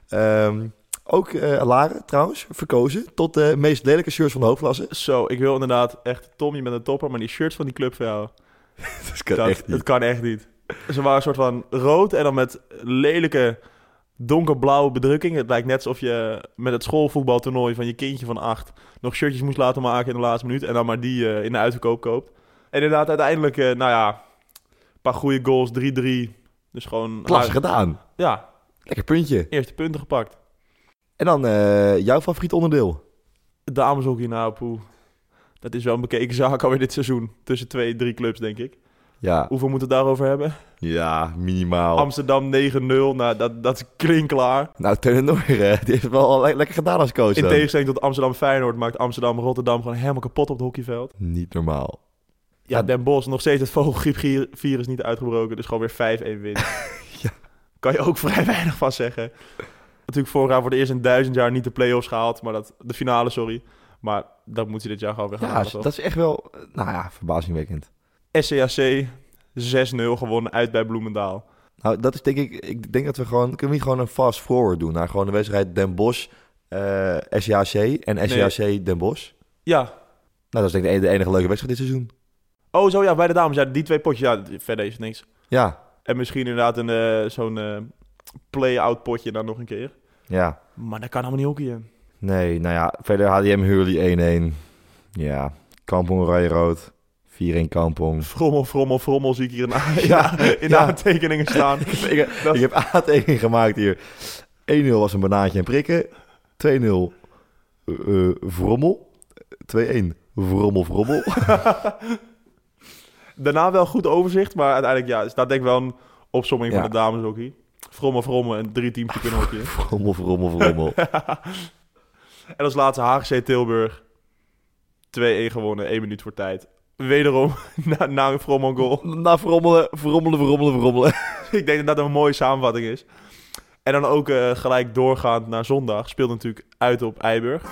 Ook Laren trouwens, verkozen tot de meest lelijke shirts van de hoofdklasse. Zo, ik wil inderdaad echt... Tom, je bent een topper, maar die shirts van die club van jou... Het kan echt niet. Ze waren een soort van rood en dan met lelijke donkerblauwe bedrukking. Het lijkt net alsof je met het schoolvoetbaltoernooi van je kindje van 8... nog shirtjes moest laten maken in de laatste minuut... en dan maar die in de uitverkoop koopt. En inderdaad, uiteindelijk, een paar goede goals, 3-3. Dus gewoon... Klasse gedaan. Ja. Lekker puntje. Eerste punten gepakt. En dan jouw favoriet onderdeel? Dameshockey, nou poeh. Dat is wel een bekeken zaak alweer dit seizoen. Tussen 2-3 clubs, denk ik. Ja. Hoeveel moeten we het daarover hebben? Ja, minimaal. Amsterdam 9-0, nou dat is klinkklaar. Nou, Telenor, die heeft wel lekker gedaan als coach. In tegenstelling tot Amsterdam-Feyenoord maakt Amsterdam-Rotterdam gewoon helemaal kapot op het hockeyveld. Niet normaal. Ja, Den Bosch, nog steeds het vogelgriepvirus niet uitgebroken, dus gewoon weer 5-1 win. Ja. Kan je ook vrij weinig van zeggen. Natuurlijk vorig jaar voor de eerst in 1000 jaar niet de play-offs gehaald, maar de finale, sorry. Maar dat moet hij dit jaar gewoon weer gaan halen. Ja, dat is echt wel, verbazingwekkend. SCAC 6-0 gewonnen uit bij Bloemendaal. Nou, dat is denk ik denk dat we kunnen we gewoon een fast forward doen naar gewoon de wedstrijd Den Bosch, SCAC en SCAC Den Bosch. Ja. Nou, dat is denk ik de enige leuke wedstrijd dit seizoen. Oh, zo ja, bij de dames. Ja, die 2 potjes, ja, verder is niks. Ja. En misschien inderdaad zo'n play-out potje dan nog een keer. Ja. Maar dat kan allemaal niet hockeyen. Nee, nou ja, verder HDM Hurley 1-1. Ja, Kampong Oranje-Rood. 4-1 Kampong. Frommel zie ik hier in de aantekeningen staan. ik heb aantekeningen gemaakt hier. 1-0 was een banaatje en prikken. 2-0 Vrommel. 2-1 Vrommel. Daarna wel goed overzicht, maar uiteindelijk staat denk ik wel een opsomming van de dameshockey. Frommel en 3 teams kunnen hockey. Vrommel. En als laatste HGC Tilburg. 2-1 gewonnen, 1 minuut voor tijd. Wederom na een Frommel goal. Na Vrommelen. Ik denk dat dat een mooie samenvatting is. En dan ook gelijk doorgaand naar zondag. Speelde natuurlijk uit op Eiburg.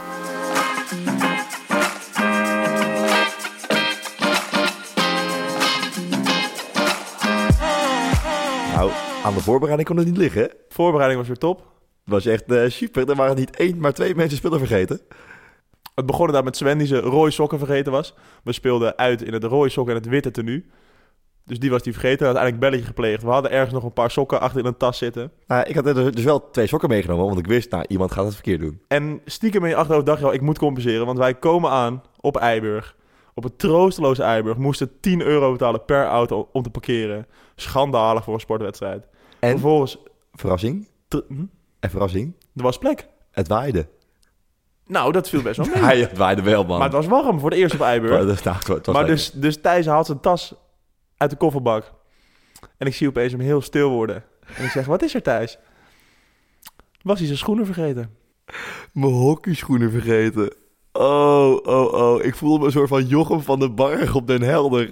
Nou, aan de voorbereiding kon het niet liggen, hè? De voorbereiding was weer top. Het was echt super. Er waren niet 1, maar 2 mensen spullen vergeten. Het begon inderdaad met Sven die zijn rode sokken vergeten was. We speelden uit in het rode sokken en het witte tenue. Dus die was die vergeten. Uiteindelijk belletje gepleegd. We hadden ergens nog een paar sokken achter in een tas zitten. Ik had er dus wel 2 sokken meegenomen, want ik wist, iemand gaat het verkeerd doen. En stiekem in je achterhoofd dacht je al, ik moet compenseren. Want wij komen aan op Eiburg. Op het troosteloze Eiburg. Moesten €10 betalen per auto om te parkeren. Schandalig voor een sportwedstrijd. En vervolgens... Verrassing. Verrassing. Er was plek. Het waaide. Nou, dat viel best wel mee. Ja, het waaide wel, man. Maar het was warm voor de eerste op Eiburg. Maar dus Thijs haalt zijn tas uit de kofferbak. En ik zie opeens hem heel stil worden. En ik zeg, wat is er, Thijs? Was hij zijn schoenen vergeten? Mijn hockeyschoenen vergeten. Oh. Ik voelde me een soort van Jochem van den Barg op Den Helder.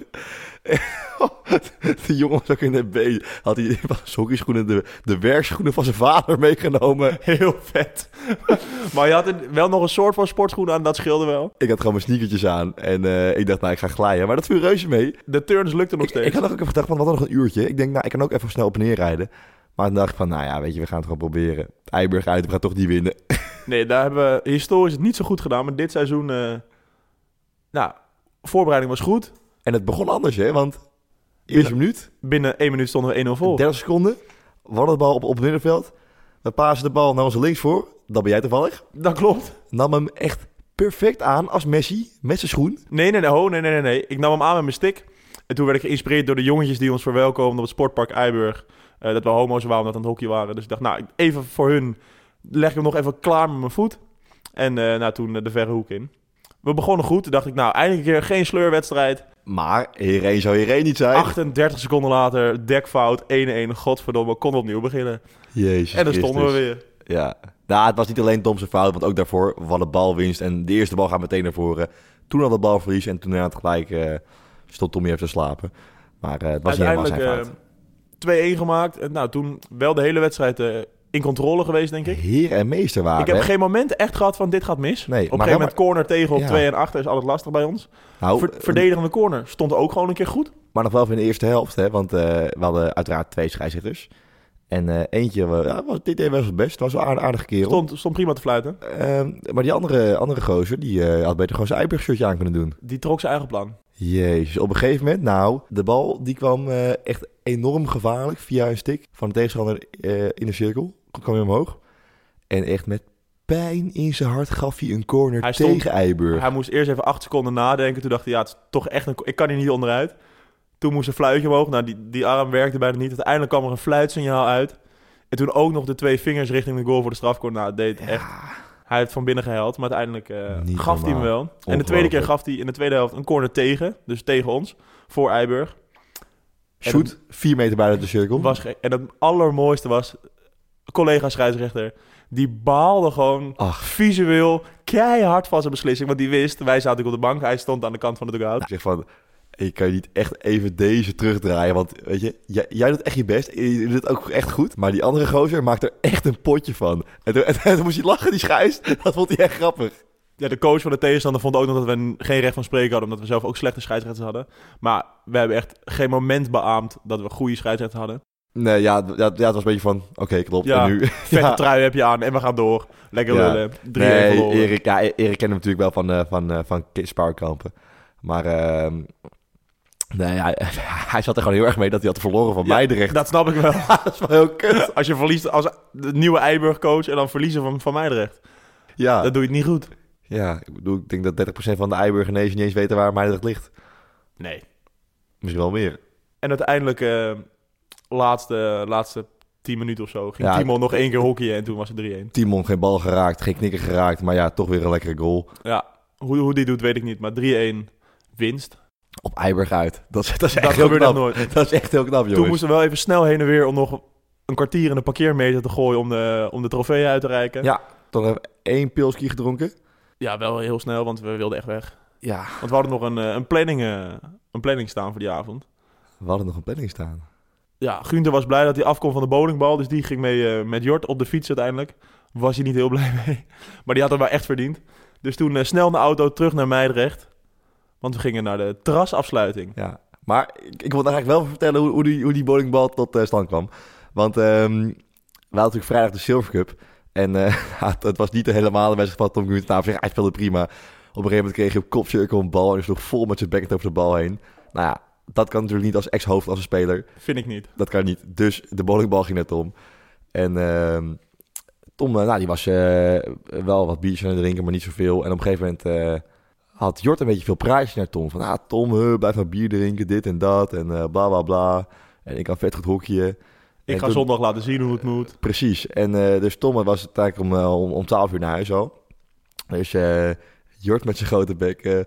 De jongen was ook in de B. Had hij van zijn hockeyschoenen de werkschoenen van zijn vader meegenomen. Heel vet. Maar je had wel nog een soort van sportschoenen aan, dat scheelde wel. Ik had gewoon mijn sneakertjes aan en ik dacht, ik ga glijden. Maar dat viel reuze mee. De turns lukten nog steeds. Ik had ook even gedacht, want we hadden nog een uurtje. Ik denk, ik kan ook even snel op en neer rijden. Maar toen dacht ik van, weet je, we gaan het gewoon proberen. Eiburg uit, we gaan toch niet winnen. Nee, daar hebben we historisch het niet zo goed gedaan. Maar dit seizoen, voorbereiding was goed. En het begon anders, hè, want... Eerste minuut. Binnen 1 minuut stonden we 1-0 voor. 30 seconden. We hadden de bal op het middenveld. We pasen de bal naar onze links voor. Dat ben jij toevallig. Dat klopt. Nam hem echt perfect aan als Messi met zijn schoen. Nee. Ik nam hem aan met mijn stick. En toen werd ik geïnspireerd door de jongetjes die ons verwelkomden op het sportpark Eiburg. Dat we homo's waren omdat we aan het hockey waren. Dus ik dacht, even voor hun leg ik hem nog even klaar met mijn voet. En toen de verre hoek in. We begonnen goed. Toen dacht ik, eindelijk een keer geen sleurwedstrijd. Maar Heerenveen zou Heerenveen niet zijn. 38 seconden later, dekfout, 1-1. Godverdomme, kon opnieuw beginnen. Jezus en dan stonden we weer. Ja. Het was niet alleen Tom's fout, want ook daarvoor we hadden balwinst. En de eerste bal gaat meteen naar voren. Toen had de balverlies en toen het gelijk stond Tommy even te slapen. Maar het was niet helemaal zijn fout. 2-1 gemaakt. En toen wel de hele wedstrijd in controle geweest, denk ik. Heer en meester waren. Ik heb geen moment echt gehad van dit gaat mis. Nee, op een gegeven moment corner tegen op 2 en achter is alles lastig bij ons. Verdedigende corner stond ook gewoon een keer goed. Maar nog wel in de eerste helft, hè, want we hadden uiteraard 2 scheidsrechters. En eentje, dit deed wel zijn best. Het was wel een aardige kerel. Stond prima te fluiten. Maar die andere gozer, die had beter gewoon zijn Eiburg-shirtje aan kunnen doen. Die trok zijn eigen plan. Jezus, op een gegeven moment, de bal die kwam echt enorm gevaarlijk via een stick van de tegenstander in de cirkel. Kwam hij omhoog. En echt met pijn in zijn hart gaf hij een corner tegen Eiburg. Hij moest eerst even 8 seconden nadenken. Toen dacht hij, het is toch echt ik kan hier niet onderuit. Toen moest een fluitje omhoog. Die arm werkte bijna niet. Uiteindelijk kwam er een fluitsignaal uit. En toen ook nog de 2 vingers richting de goal voor de strafcorner. Het deed echt... Hij heeft van binnen gehuild, maar uiteindelijk gaf hij hem wel. En de tweede keer gaf hij in de tweede helft een corner tegen. Dus tegen ons, voor Eiburg. Shoot, 4 meter buiten de cirkel. En het allermooiste was, collega scheidsrechter, die baalde gewoon visueel keihard van zijn beslissing. Want die wist, wij zaten op de bank, hij stond aan de kant van de dugout. Ik zeg van, ik kan je niet echt even deze terugdraaien. Want weet je, jij doet echt je best. Je doet het ook echt goed. Maar die andere gozer maakt er echt een potje van. En toen moest hij lachen, die scheids. Dat vond hij echt grappig. Ja, de coach van de tegenstander vond ook nog dat we geen recht van spreken hadden. Omdat we zelf ook slechte scheidsrechters hadden. Maar we hebben echt geen moment beaamd dat we goede scheidsrechters hadden. Nee, het was een beetje van, oké, klopt. Ja, en nu, vette trui heb je aan en we gaan door. Lekker lullen. 3-1 verloren. Erik kent hem natuurlijk wel van Spaarkampen. Maar hij zat er gewoon heel erg mee dat hij had verloren van Meidrecht. Dat snap ik wel. Dat is wel heel kut. Als je verliest als de nieuwe Eiburg-coach en dan verliezen van Meidrecht. Ja. Dat doe je het niet goed. Ja, ik denk dat 30% van de Eiburgenezen niet eens weten waar Meidrecht ligt. Nee. Misschien wel meer. En uiteindelijk, laatste 10 minuten of zo, ging Timon nog 1 keer hockeyen en toen was het 3-1. Timon geen bal geraakt, geen knikker geraakt, maar ja, toch weer een lekkere goal. Ja, hoe die doet weet ik niet, maar 3-1 winst. Op Eiburg uit. Dat is echt heel knap. Nooit. Dat is echt heel knap, jongens. Toen moesten we wel even snel heen en weer om nog een kwartier in de parkeermeter te gooien om de trofee uit te reiken. Ja, toch even 1 pilsje gedronken. Ja, wel heel snel, want we wilden echt weg. Ja. Want we hadden nog een planning staan voor die avond. We hadden nog een planning staan. Ja, Gunther was blij dat hij afkomt van de bowlingbal. Dus die ging mee met Jort op de fiets uiteindelijk. Was hij niet heel blij mee. Maar die had hem wel echt verdiend. Dus toen snel de auto terug naar Meidrecht. Want we gingen naar de terrasafsluiting. Ja, maar ik wil eigenlijk wel vertellen hoe die bowlingbal tot stand kwam. Want we hadden natuurlijk vrijdag de Silver Cup. En het was niet helemaal de wedstrijd van Tom Gunther. Nou, op zich, hij speelde prima. Op een gegeven moment kreeg hij op kopcirkel een bal. En hij sloeg vol met zijn backhand over de bal heen. Nou ja, dat kan natuurlijk niet als ex-hoofd als een speler. Vind ik niet. Dat kan niet. Dus de bowlingbal ging naar Tom. En Tom, die was wel wat biertjes aan het drinken, maar niet zoveel. En op een gegeven moment had Jort een beetje veel praatjes naar Tom. Van, Tom, blijf maar bier drinken, dit en dat. En bla, bla, bla. En ik kan vet goed hockeyen. Ik ga zondag laten zien hoe het moet. Precies. En dus Tom was het eigenlijk om 12 uur naar huis al. Dus Jort met zijn grote bek.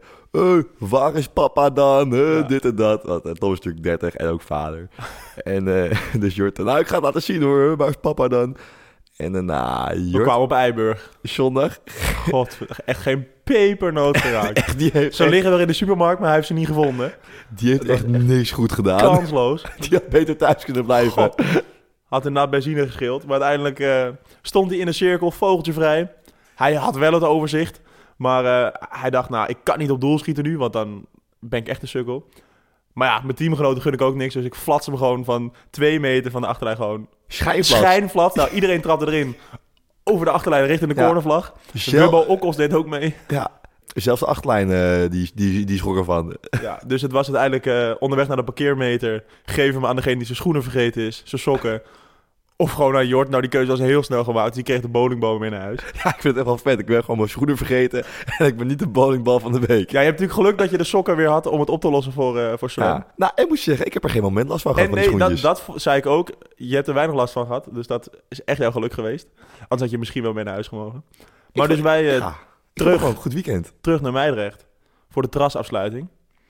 Waar is papa dan? Ja. Dit en dat. Want Tom is natuurlijk 30 en ook vader. En dus Jort, ik ga het laten zien hoor. Waar is papa dan? En daarna Jort... We kwamen op Eiburg. Zondag. God, echt geen pepernoot geraakt. Zo liggen er in de supermarkt, maar hij heeft ze niet gevonden. Die heeft echt niks goed gedaan. Kansloos. Die had beter thuis kunnen blijven. God. Had inderdaad benzine gescheeld. Maar uiteindelijk stond hij in een cirkel, vogeltje vrij. Hij had wel het overzicht. Maar hij dacht, ik kan niet op doel schieten nu, want dan ben ik echt een sukkel. Maar ja, mijn teamgenoten gun ik ook niks. Dus ik flats hem gewoon van 2 meter van de achterlijn gewoon... Schijnflat. Nou, iedereen trapte erin over de achterlijn richting de cornervlag. Rubbo Okkels deed ook mee. Ja, zelfs de achterlijn die schrok ervan. Ja, dus het was uiteindelijk onderweg naar de parkeermeter. Geef hem aan degene die zijn schoenen vergeten is, zijn sokken... Of gewoon naar Jort. Nou, die keuze was heel snel gemaakt. Die kreeg de bowlingbal mee naar huis. Ja, ik vind het echt wel vet. Ik ben gewoon mijn schoenen vergeten. En ik ben niet de bowlingbal van de week. Ja, je hebt natuurlijk geluk dat je de sokken weer had om het op te lossen voor Slam. Ja. Nou, ik moet je zeggen, ik heb er geen moment last van gehad van die schoentjes. Dat zei ik ook. Je hebt er weinig last van gehad. Dus dat is echt jouw geluk geweest. Anders had je misschien wel mee naar huis gemogen. Maar dus wij terug, goed weekend. Terug naar Meidrecht. Voor de terrasafsluiting.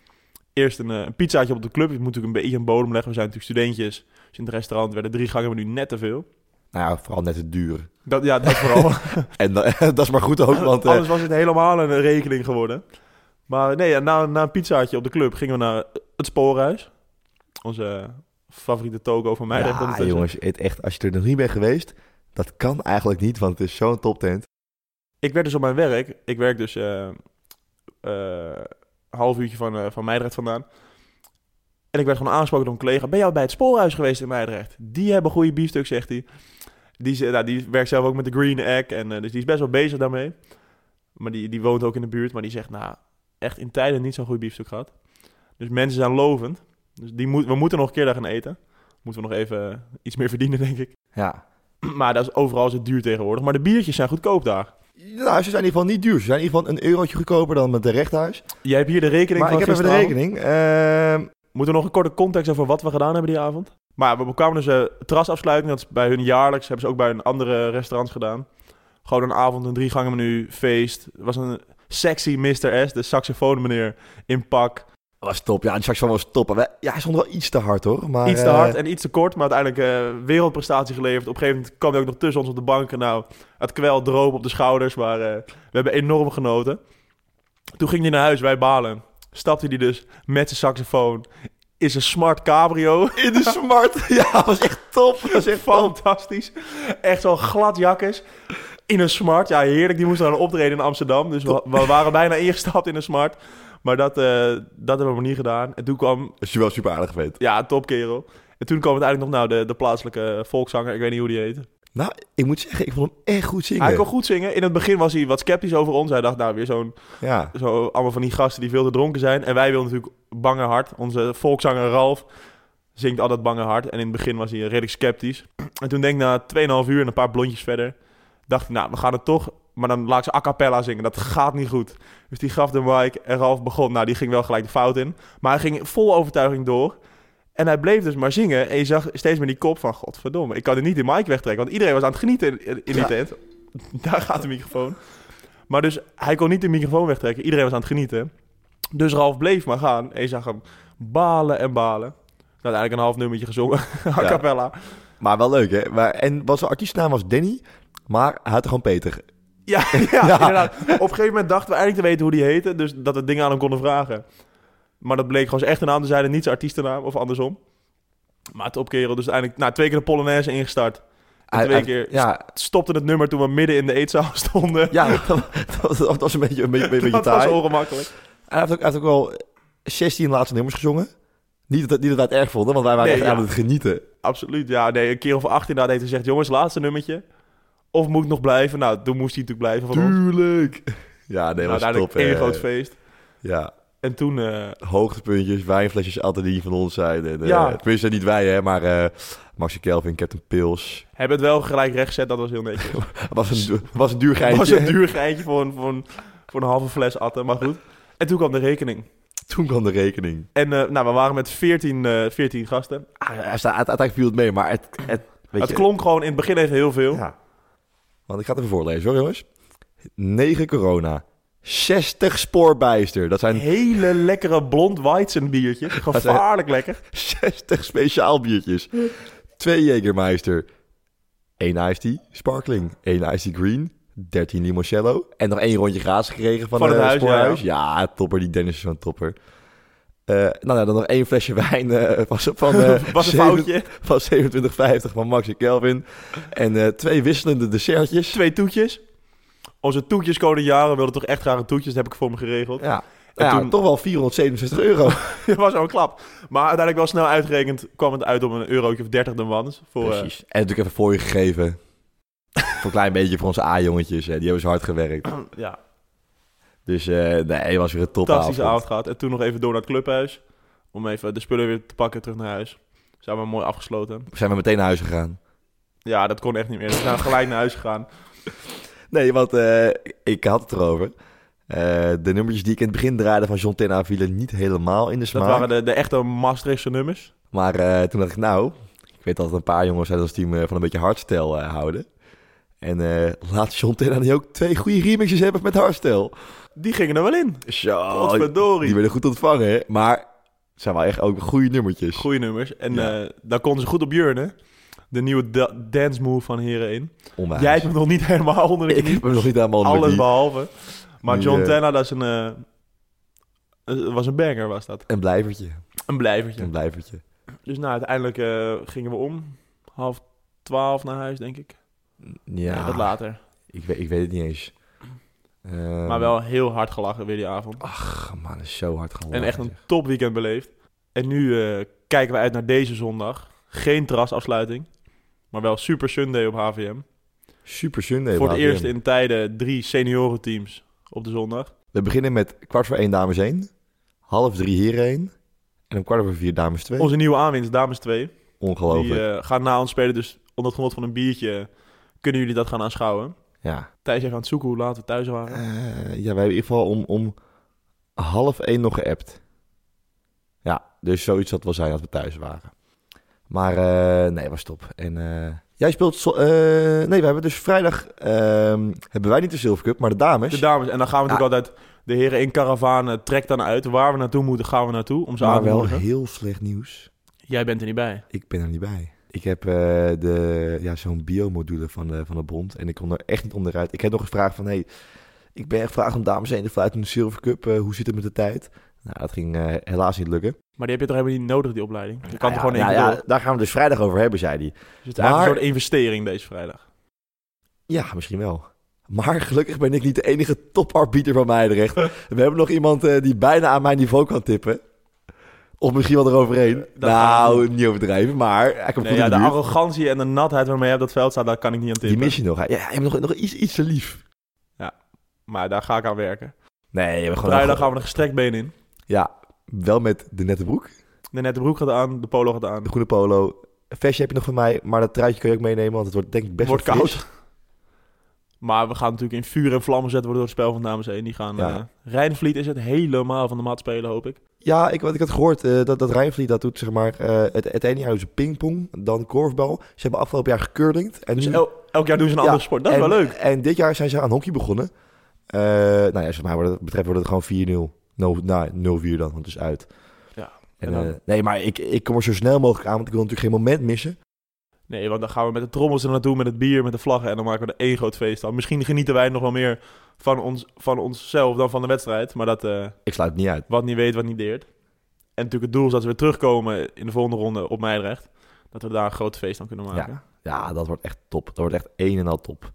Eerst een pizzaatje op de club. Je moet natuurlijk een beetje een bodem leggen. We zijn natuurlijk studentjes. Dus in het restaurant werden 3 gangen nu net te veel. Nou ja, vooral net te duur. Dat vooral. En dat is maar goed ook, want... Anders was het helemaal een rekening geworden. Maar nee, na een pizzaatje op de club gingen we naar het Spoorhuis. Onze favoriete toko van mij. Ja, jongens, echt, als je er nog niet bent geweest, dat kan eigenlijk niet, want het is zo'n toptent. Ik werd dus op mijn werk. Ik werk dus half uurtje van Meidrecht vandaan. En ik werd gewoon aangesproken door een collega. Ben jij bij het Spoorhuis geweest in Meidrecht? Die hebben goede biefstuk, zegt hij. Die werkt zelf ook met de Green Egg. En dus die is best wel bezig daarmee. Maar die woont ook in de buurt. Maar die zegt, echt in tijden niet zo'n goede biefstuk gehad. Dus mensen zijn lovend. Dus we moeten nog een keer daar gaan eten. Moeten we nog even iets meer verdienen, denk ik. Ja. Maar overal is het duur tegenwoordig. Maar de biertjes zijn goedkoop daar. Nou, ze zijn in ieder geval niet duur. Ze zijn in ieder geval €1 goedkoper dan met de rechthuis. Jij hebt hier de rekening maar van ik heb even de rekening. Moeten we nog een korte context over wat we gedaan hebben die avond? Maar we kwamen dus terrasafsluiting. Dat is bij hun jaarlijks. Hebben ze ook bij een andere restaurants gedaan. Gewoon een avond, een 3 gangen menu, feest. Het was een sexy Mr. S, de saxofoon meneer in pak. Dat was top. Ja, de saxofoon was top. Ja, hij stond wel iets te hard hoor. Maar, iets te hard en iets te kort, maar uiteindelijk wereldprestatie geleverd. Op een gegeven moment kwam hij ook nog tussen ons op de banken. Nou, het kwel droop op de schouders, maar we hebben enorm genoten. Toen ging hij naar huis, wij balen. Stapte hij dus met zijn saxofoon in zijn Smart Cabrio. In de Smart? Ja, dat was echt top. Dat was echt fantastisch. Echt zo'n glad jakkes. In een Smart. Ja, heerlijk. Die moest dan optreden in Amsterdam. Dus we waren bijna ingestapt in een Smart. Maar dat hebben we niet gedaan. En toen kwam... Dat is je wel super aardig geweest. Ja, topkerel. En toen kwam uiteindelijk nog de plaatselijke volkszanger. Ik weet niet hoe die heette. Nou, ik moet zeggen, ik vond hem echt goed zingen. Hij kon goed zingen. In het begin was hij wat sceptisch over ons. Hij dacht, weer zo allemaal van die gasten die veel te dronken zijn. En wij wilden natuurlijk Bange Hart. Onze volkszanger Ralf zingt altijd Bange Hart. En in het begin was hij redelijk sceptisch. En toen denk ik na 2,5 uur en een paar blondjes verder... dacht hij, we gaan het toch Maar dan laat ik ze a cappella zingen. Dat gaat niet goed. Dus die gaf de mic en Ralf begon. Nou, die ging wel gelijk de fout in. Maar hij ging vol overtuiging door. En hij bleef dus maar zingen. En je zag steeds meer die kop van... Godverdomme, ik kan er niet de mic wegtrekken. Want iedereen was aan het genieten in die tent. Daar gaat de microfoon. Maar dus hij kon niet de microfoon wegtrekken. Iedereen was aan het genieten. Dus Ralf bleef maar gaan. En je zag hem balen en balen. Uiteindelijk een half nummertje gezongen. A cappella. Maar wel leuk, hè? En zijn artiestennaam was Danny. Maar hij had gewoon Peter. Ja, inderdaad. Op een gegeven moment dachten we eigenlijk te weten hoe die heette. Dus dat we dingen aan hem konden vragen. Maar dat bleek gewoon zijn echte naam te zijn en niet zijn artiestennaam. Of andersom. Maar top kerel. Dus uiteindelijk 2 keer de Polonaise ingestart. En 2 keer stopte het nummer toen we midden in de eetzaal stonden. Ja, dat was een beetje taai. Dat was ongemakkelijk. Hij heeft ook wel 16 laatste nummers gezongen. Niet dat wij het erg vonden, want wij waren echt aan het genieten. Absoluut, ja. Nee, een keer of 18 had hij gezegd... Jongens, laatste nummertje. Of moet ik nog blijven? Nou, toen moest hij natuurlijk blijven van Tuurlijk. Ons. Ja, nee, was top. Één groot feest. Ja. En toen... hoogtepuntjes, wijnflesjes altijd die van ons zijn. En, tenminste, niet wij, hè, maar Maxi Kelvin, Captain Pils. Hebben het wel gelijk recht gezet, dat was heel netjes. was een duur geintje. Was een duur geintje voor een halve fles atten, maar goed. En toen kwam de rekening. En we waren met 14 gasten. Uiteindelijk viel het mee, maar het klonk gewoon in het begin even heel veel. Ja. Want ik ga het even voorlezen hoor, jongens. 9 corona. 60 spoorbijster. Dat zijn hele lekkere blond Weizen biertjes. Gevaarlijk lekker. 60 speciaal biertjes. 2 Jägermeister. 1 Iced Tea Sparkling. 1 Iced Tea Green. 13 limoncello. En nog 1 rondje gratis gekregen van het huis. Spoorhuis. Ja, topper. Die Dennis is zo'n topper. Dan nog 1 flesje wijn was een foutje. Van 27,50 van Maxi Kelvin. En 2 wisselende dessertjes. 2 toetjes. Onze toetjes komende jaren wilden toch echt graag een toetjes. Dat heb ik voor me geregeld. Ja. Toen toch wel €467. Dat was zo'n klap. Maar uiteindelijk wel snel uitgerekend kwam het uit op een eurotje of 30 de mans. Precies. En natuurlijk even voor je gegeven. Voor een klein beetje voor onze A-jongetjes. Die hebben ze hard gewerkt. Ja. Dus het was weer een topavond. Fantastische avond gehad. En toen nog even door naar het clubhuis. Om even de spullen weer te pakken terug naar huis. Zijn we mooi afgesloten. Zijn we meteen naar huis gegaan? Ja, dat kon echt niet meer. We zijn gelijk naar huis gegaan. Nee, want ik had het erover. De nummertjes die ik in het begin draaide van John Tenna vielen niet helemaal in de smaak. Dat waren de echte Maastrichtse nummers. Maar toen dacht ik, ik weet dat een paar jongens uit ons team van een beetje hardstyle houden. En laat John Tenna nu ook 2 goede remixes hebben met hardstyle. Die gingen er wel in. Zo, die werden goed ontvangen, hè? Maar het zijn wel echt ook goede nummertjes. Goede nummers. En daar konden ze goed op jurnen. De nieuwe dance move van Heren 1. Onwijs. Jij hebt hem nog niet helemaal onder de knie. Ik heb hem nog niet helemaal onder de knie. Alles behalve. Maar John Tenna, dat is was een banger, was dat. Een blijvertje. Dus uiteindelijk gingen we om 11:30 naar huis, denk ik. Ja. Wat later. Ik weet het niet eens. Maar wel heel hard gelachen weer die avond. Ach man, dat is zo hard gelachen. En echt een top weekend beleefd. En nu kijken we uit naar deze zondag. Geen terrasafsluiting. Maar wel Super Sunday op HVM. Super Sunday voor het eerst in tijden 3 seniorenteams op de zondag. We beginnen met 2:45 dames 1. 2:30 heren 1. En 3:45 dames 2. Onze nieuwe aanwinst, dames 2. Ongelooflijk. Die gaan na ons spelen. Dus onder het genot van een biertje kunnen jullie dat gaan aanschouwen. Ja. Thijs even aan het zoeken hoe laat we thuis waren. We hebben in ieder geval om 12:30 nog geappt. Ja, dus zoiets dat wel zijn dat we thuis waren. Maar was top. En jij speelt... we hebben dus vrijdag... hebben wij niet de Silver Cup, maar de dames. De dames. En dan gaan we natuurlijk altijd... De heren in karavaan trekt dan uit. Waar we naartoe moeten, gaan we naartoe. Om ze aan te wel moedigen. Heel slecht nieuws. Jij bent er niet bij. Ik ben er niet bij. Ik heb zo'n biomodule van de bond. En ik kon er echt niet onderuit. Ik heb nog gevraagd van... ik ben echt gevraagd om dames heen te fluiten in de Silver Cup. Hoe zit het met de tijd? Nou, dat ging helaas niet lukken. Maar die heb je toch helemaal niet nodig, die opleiding? Je kan er gewoon door. Daar gaan we dus vrijdag over hebben, zei hij. Dus het is eigenlijk een soort investering deze vrijdag. Ja, misschien wel. Maar gelukkig ben ik niet de enige toparbiter van Meidrecht. We hebben nog iemand die bijna aan mijn niveau kan tippen. Of misschien wel eroverheen. Niet overdrijven, maar hij komt goed in de buurt. arrogantie en de natheid waarmee hij op dat veld staat, daar kan ik niet aan tippen. Die mis je nog. Ja, hij heeft nog iets te lief. Ja, maar daar ga ik aan werken. Nee, vrijdag gaan we er gestrekt been in. Ja, wel met de nette broek. De nette broek gaat aan, de polo gaat aan. De groene polo. Een vestje heb je nog van mij, maar dat truitje kun je ook meenemen, want het wordt denk ik best wel koud. Maar we gaan natuurlijk in vuur en vlammen zetten worden door het spel van dames 1. Die gaan... Rijnvliet is het helemaal van de mat spelen, hoop ik. Ja, wat ik had gehoord, dat Rijnvliet dat doet, zeg maar, het ene jaar doen ze pingpong, dan korfbal. Ze hebben afgelopen jaar gecurlingd. En dus nu... elk jaar doen ze een andere sport. Dat is wel leuk. En dit jaar zijn ze aan hockey begonnen. Zeg maar, wat dat betreft wordt het gewoon 4-0. 0-4 dan, want het is uit. Ja. Nee, maar ik kom er zo snel mogelijk aan, want ik wil natuurlijk geen moment missen. Nee, want dan gaan we met de trommels er naartoe, met het bier, met de vlaggen. En dan maken we er één groot feest aan. Misschien genieten wij nog wel meer van onszelf dan van de wedstrijd. Maar dat... ik sluit het niet uit. Wat niet weet, wat niet deert. En natuurlijk het doel is dat we weer terugkomen in de volgende ronde op Meidrecht. Dat we daar een groot feest aan kunnen maken. Ja, dat wordt echt top. Dat wordt echt een en al top.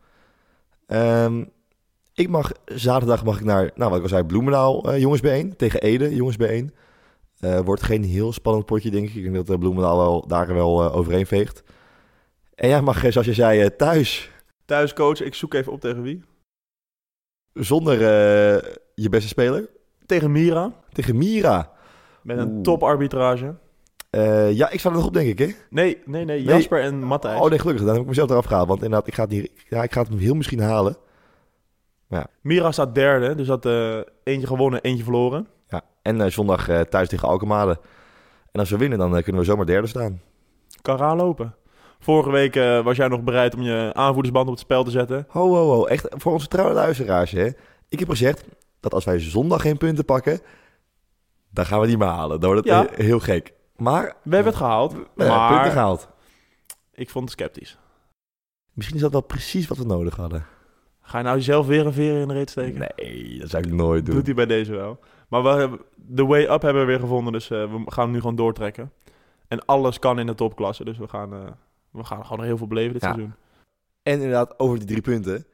Zaterdag mag ik naar, wat ik al zei, Bloemendaal jongens B1. Tegen Ede jongens B1. Wordt geen heel spannend potje, denk ik. Ik denk dat Bloemendaal daar wel overheen veegt. En jij mag, zoals je zei, thuis. Thuis coach, ik zoek even op tegen wie. Zonder je beste speler. Tegen Mira. Tegen Mira. Met een toparbitrage. Ik sta er nog op, denk ik, hè? Nee. Jasper en Matthijs. Oh nee, gelukkig. Dan heb ik mezelf eraf gehaald. Want inderdaad, ik ga het heel misschien halen. Maar ja. Mira staat derde, dus dat eentje gewonnen, eentje verloren. Ja, en zondag thuis tegen Alkmaar. En als we winnen, dan kunnen we zomaar derde staan. Kan raar lopen. Vorige week was jij nog bereid om je aanvoerdersband op het spel te zetten. Ho. Echt, voor onze trouwe luisteraars, hè. Ik heb gezegd dat als wij zondag geen punten pakken, dan gaan we die maar halen. Dan wordt het heel gek. Maar we hebben het gehaald. We hebben punten gehaald. Ik vond het sceptisch. Misschien is dat wel precies wat we nodig hadden. Ga je nou jezelf weer een veer in de reet steken? Nee, dat zou ik nooit doen. Doet hij bij deze wel. Maar de way up hebben we weer gevonden, dus we gaan hem nu gewoon doortrekken. En alles kan in de topklasse, dus we gaan gewoon heel veel beleven dit seizoen. En inderdaad, over die 3 punten.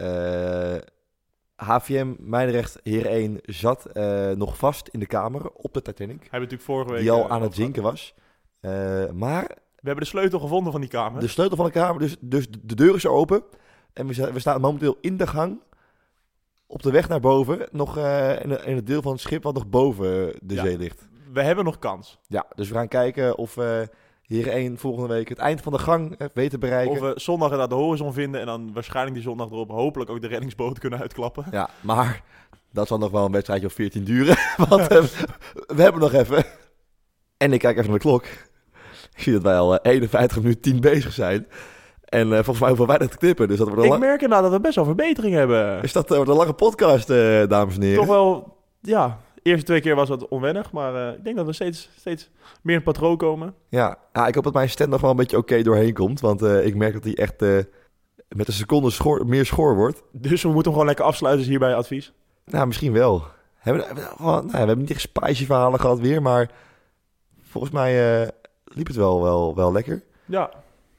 HVM Meidrecht Heer 1 zat nog vast in de kamer op de Titanic. Hij natuurlijk vorige week... Die al aan het zinken was. Maar... We hebben de sleutel gevonden van die kamer. De sleutel van de kamer, dus de deur is er open. En we staan momenteel in de gang. Op de weg naar boven. Nog in het deel van het schip wat nog boven de zee ligt. We hebben nog kans. Ja, dus we gaan kijken of Heer 1 volgende week het eind van de gang weten bereiken. Of we zondag inderdaad de horizon vinden en dan waarschijnlijk die zondag erop hopelijk ook de reddingsboot kunnen uitklappen. Ja, maar dat zal nog wel een wedstrijdje of 14 duren. Want we hebben nog even. En ik kijk even naar de klok. Ik zie dat wij al 51 minuten 10 bezig zijn. En volgens mij hoeven wij dat te knippen. Dus dat wordt ik merk inderdaad dat we best wel verbetering hebben. Dat wordt een lange podcast, dames en heren. Toch wel, ja. De eerste 2 keer was het onwennig, maar ik denk dat we steeds meer in het patroon komen. Ja, ik hoop dat mijn stem nog wel een beetje oké doorheen komt. Want ik merk dat hij echt met een seconde meer schor wordt. Dus we moeten hem gewoon lekker afsluiten, is hierbij advies. Nou, misschien wel. We hebben niet echt spicy verhalen gehad weer, maar volgens mij liep het wel lekker. Ja.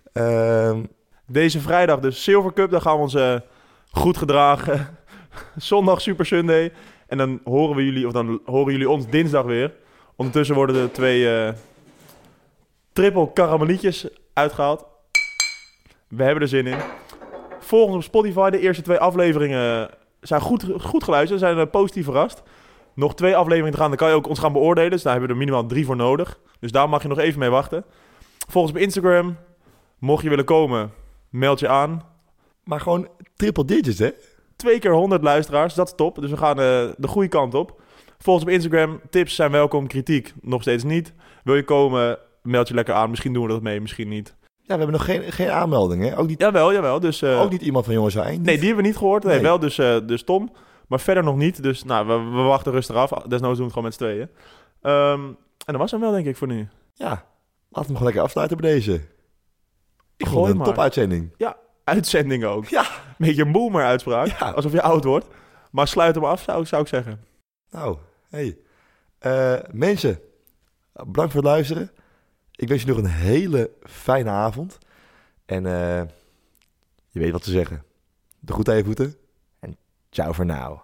Deze vrijdag dus Silver Cup, daar gaan we ons goed gedragen. Zondag Super Sunday. En dan horen jullie ons dinsdag weer. Ondertussen worden er 2 triple karamelietjes uitgehaald. We hebben er zin in. Volg ons op Spotify. De eerste 2 afleveringen zijn goed geluisterd. We zijn positief verrast. Nog 2 afleveringen te gaan, dan kan je ook ons gaan beoordelen. Dus daar hebben we er minimaal 3 voor nodig. Dus daar mag je nog even mee wachten. Volg ons op Instagram. Mocht je willen komen, meld je aan. Maar gewoon triple digits, hè? 2 keer 100 luisteraars, dat is top. Dus we gaan de goede kant op. Volg ons op Instagram. Tips zijn welkom, kritiek nog steeds niet. Wil je komen, meld je lekker aan. Misschien doen we dat mee, misschien niet. Ja, we hebben nog geen aanmeldingen, hè? Ook niet, jawel. Dus, ook niet iemand van Jongens A1? Nee, die hebben we niet gehoord. Nee, wel dus Tom. Maar verder nog niet. Dus nou, we wachten rustig af. Desnoods doen we het gewoon met z'n tweeën. En dat was hem wel, denk ik, voor nu. Ja, laten we hem gewoon lekker afsluiten bij deze. Ik gooi een topuitzending. Ja, uitzending ook. Ja. Beetje een boomer-uitspraak. Ja. Alsof je oud wordt. Maar sluit hem af, zou ik zeggen. Nou, hey. Mensen, bedankt voor het luisteren. Ik wens je nog een hele fijne avond. En je weet wat te zeggen. De groet aan je voeten. En ciao voor now.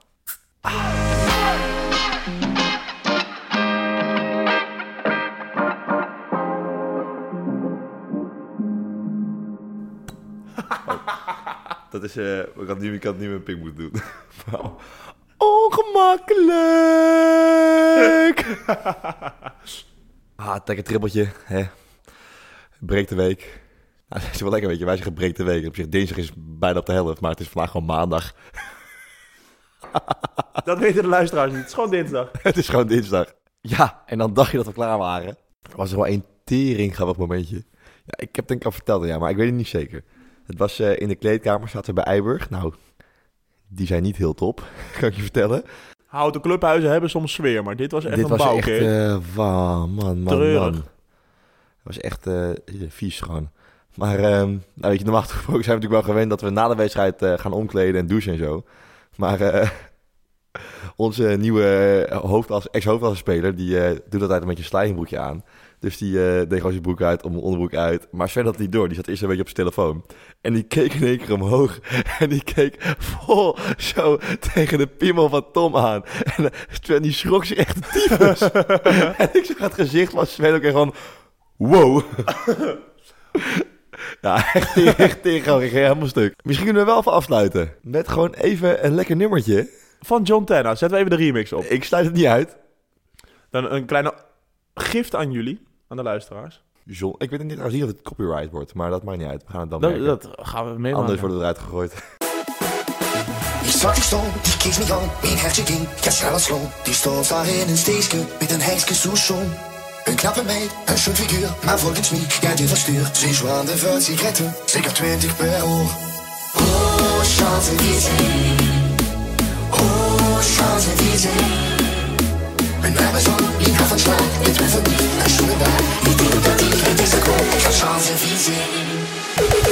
Dat is, ik had niet mijn pik moeten doen. Ongemakkelijk! Trek een trippeltje. Breek de week. Nou, dat is wel lekker, weet je. Wij zeggen breek de week. Op zich, dinsdag is bijna op de helft, maar het is vandaag gewoon maandag. Dat weten de luisteraars niet. Het is gewoon dinsdag. Het is gewoon dinsdag. Ja, en dan dacht je dat we klaar waren. Er was er wel een tering grappig momentje. Ja, ik heb het denk ik al verteld, ja, maar ik weet het niet zeker. Het was in de kleedkamer, zaten we bij Eiburg. Nou, die zijn niet heel top, kan ik je vertellen. Houten clubhuizen hebben soms sfeer, maar dit was echt een bouwkeet. Dit was echt, man. Het was echt vies gewoon. Maar, nou weet je, normaal gesproken zijn we natuurlijk wel gewend dat we na de wedstrijd gaan omkleden en douchen en zo. Maar onze nieuwe ex-hoofdklassenspeler, die doet altijd een beetje een slijtingbroekje aan. Dus die deed gewoon zijn broek uit, om onderbroek uit. Maar Sven had het niet door, die zat eerst een beetje op zijn telefoon. En die keek in één keer omhoog. En die keek vol zo tegen de piemel van Tom aan. En Sven die schrok zich echt de tyfus. En ik zag het gezicht van Sven ook echt gewoon... Wow. Ja, echt tegen helemaal stuk. Misschien kunnen we wel even afsluiten. Met gewoon even een lekker nummertje. Van John Tenna. Zetten we even de remix op. Ik sluit het niet uit. Dan een kleine gift aan jullie, aan de luisteraars. John, ik weet niet of het copyright wordt, maar dat maakt niet uit. We gaan het dan merken. Dat gaan we meemaken. Anders worden we eruit gegooid. Ik zag je staan, ik keek me aan, mijn hertje ging, ik had sneller slaan. Die stond daar in een steegje, met een hekske souchon. Een knappe meid, een schoon figuur, maar volgens mij, ja die verstuurt. Ze zwaan de vuil sigaretten, zeker 20 per uur. Oh, Champs-Élysées. Oh, Champs-Élysées. Mijn naam is al, ik ga van slag, dit hoeft niet, een schoenen bij. Ik denk dat ik het is de koop van Champs-Élysées.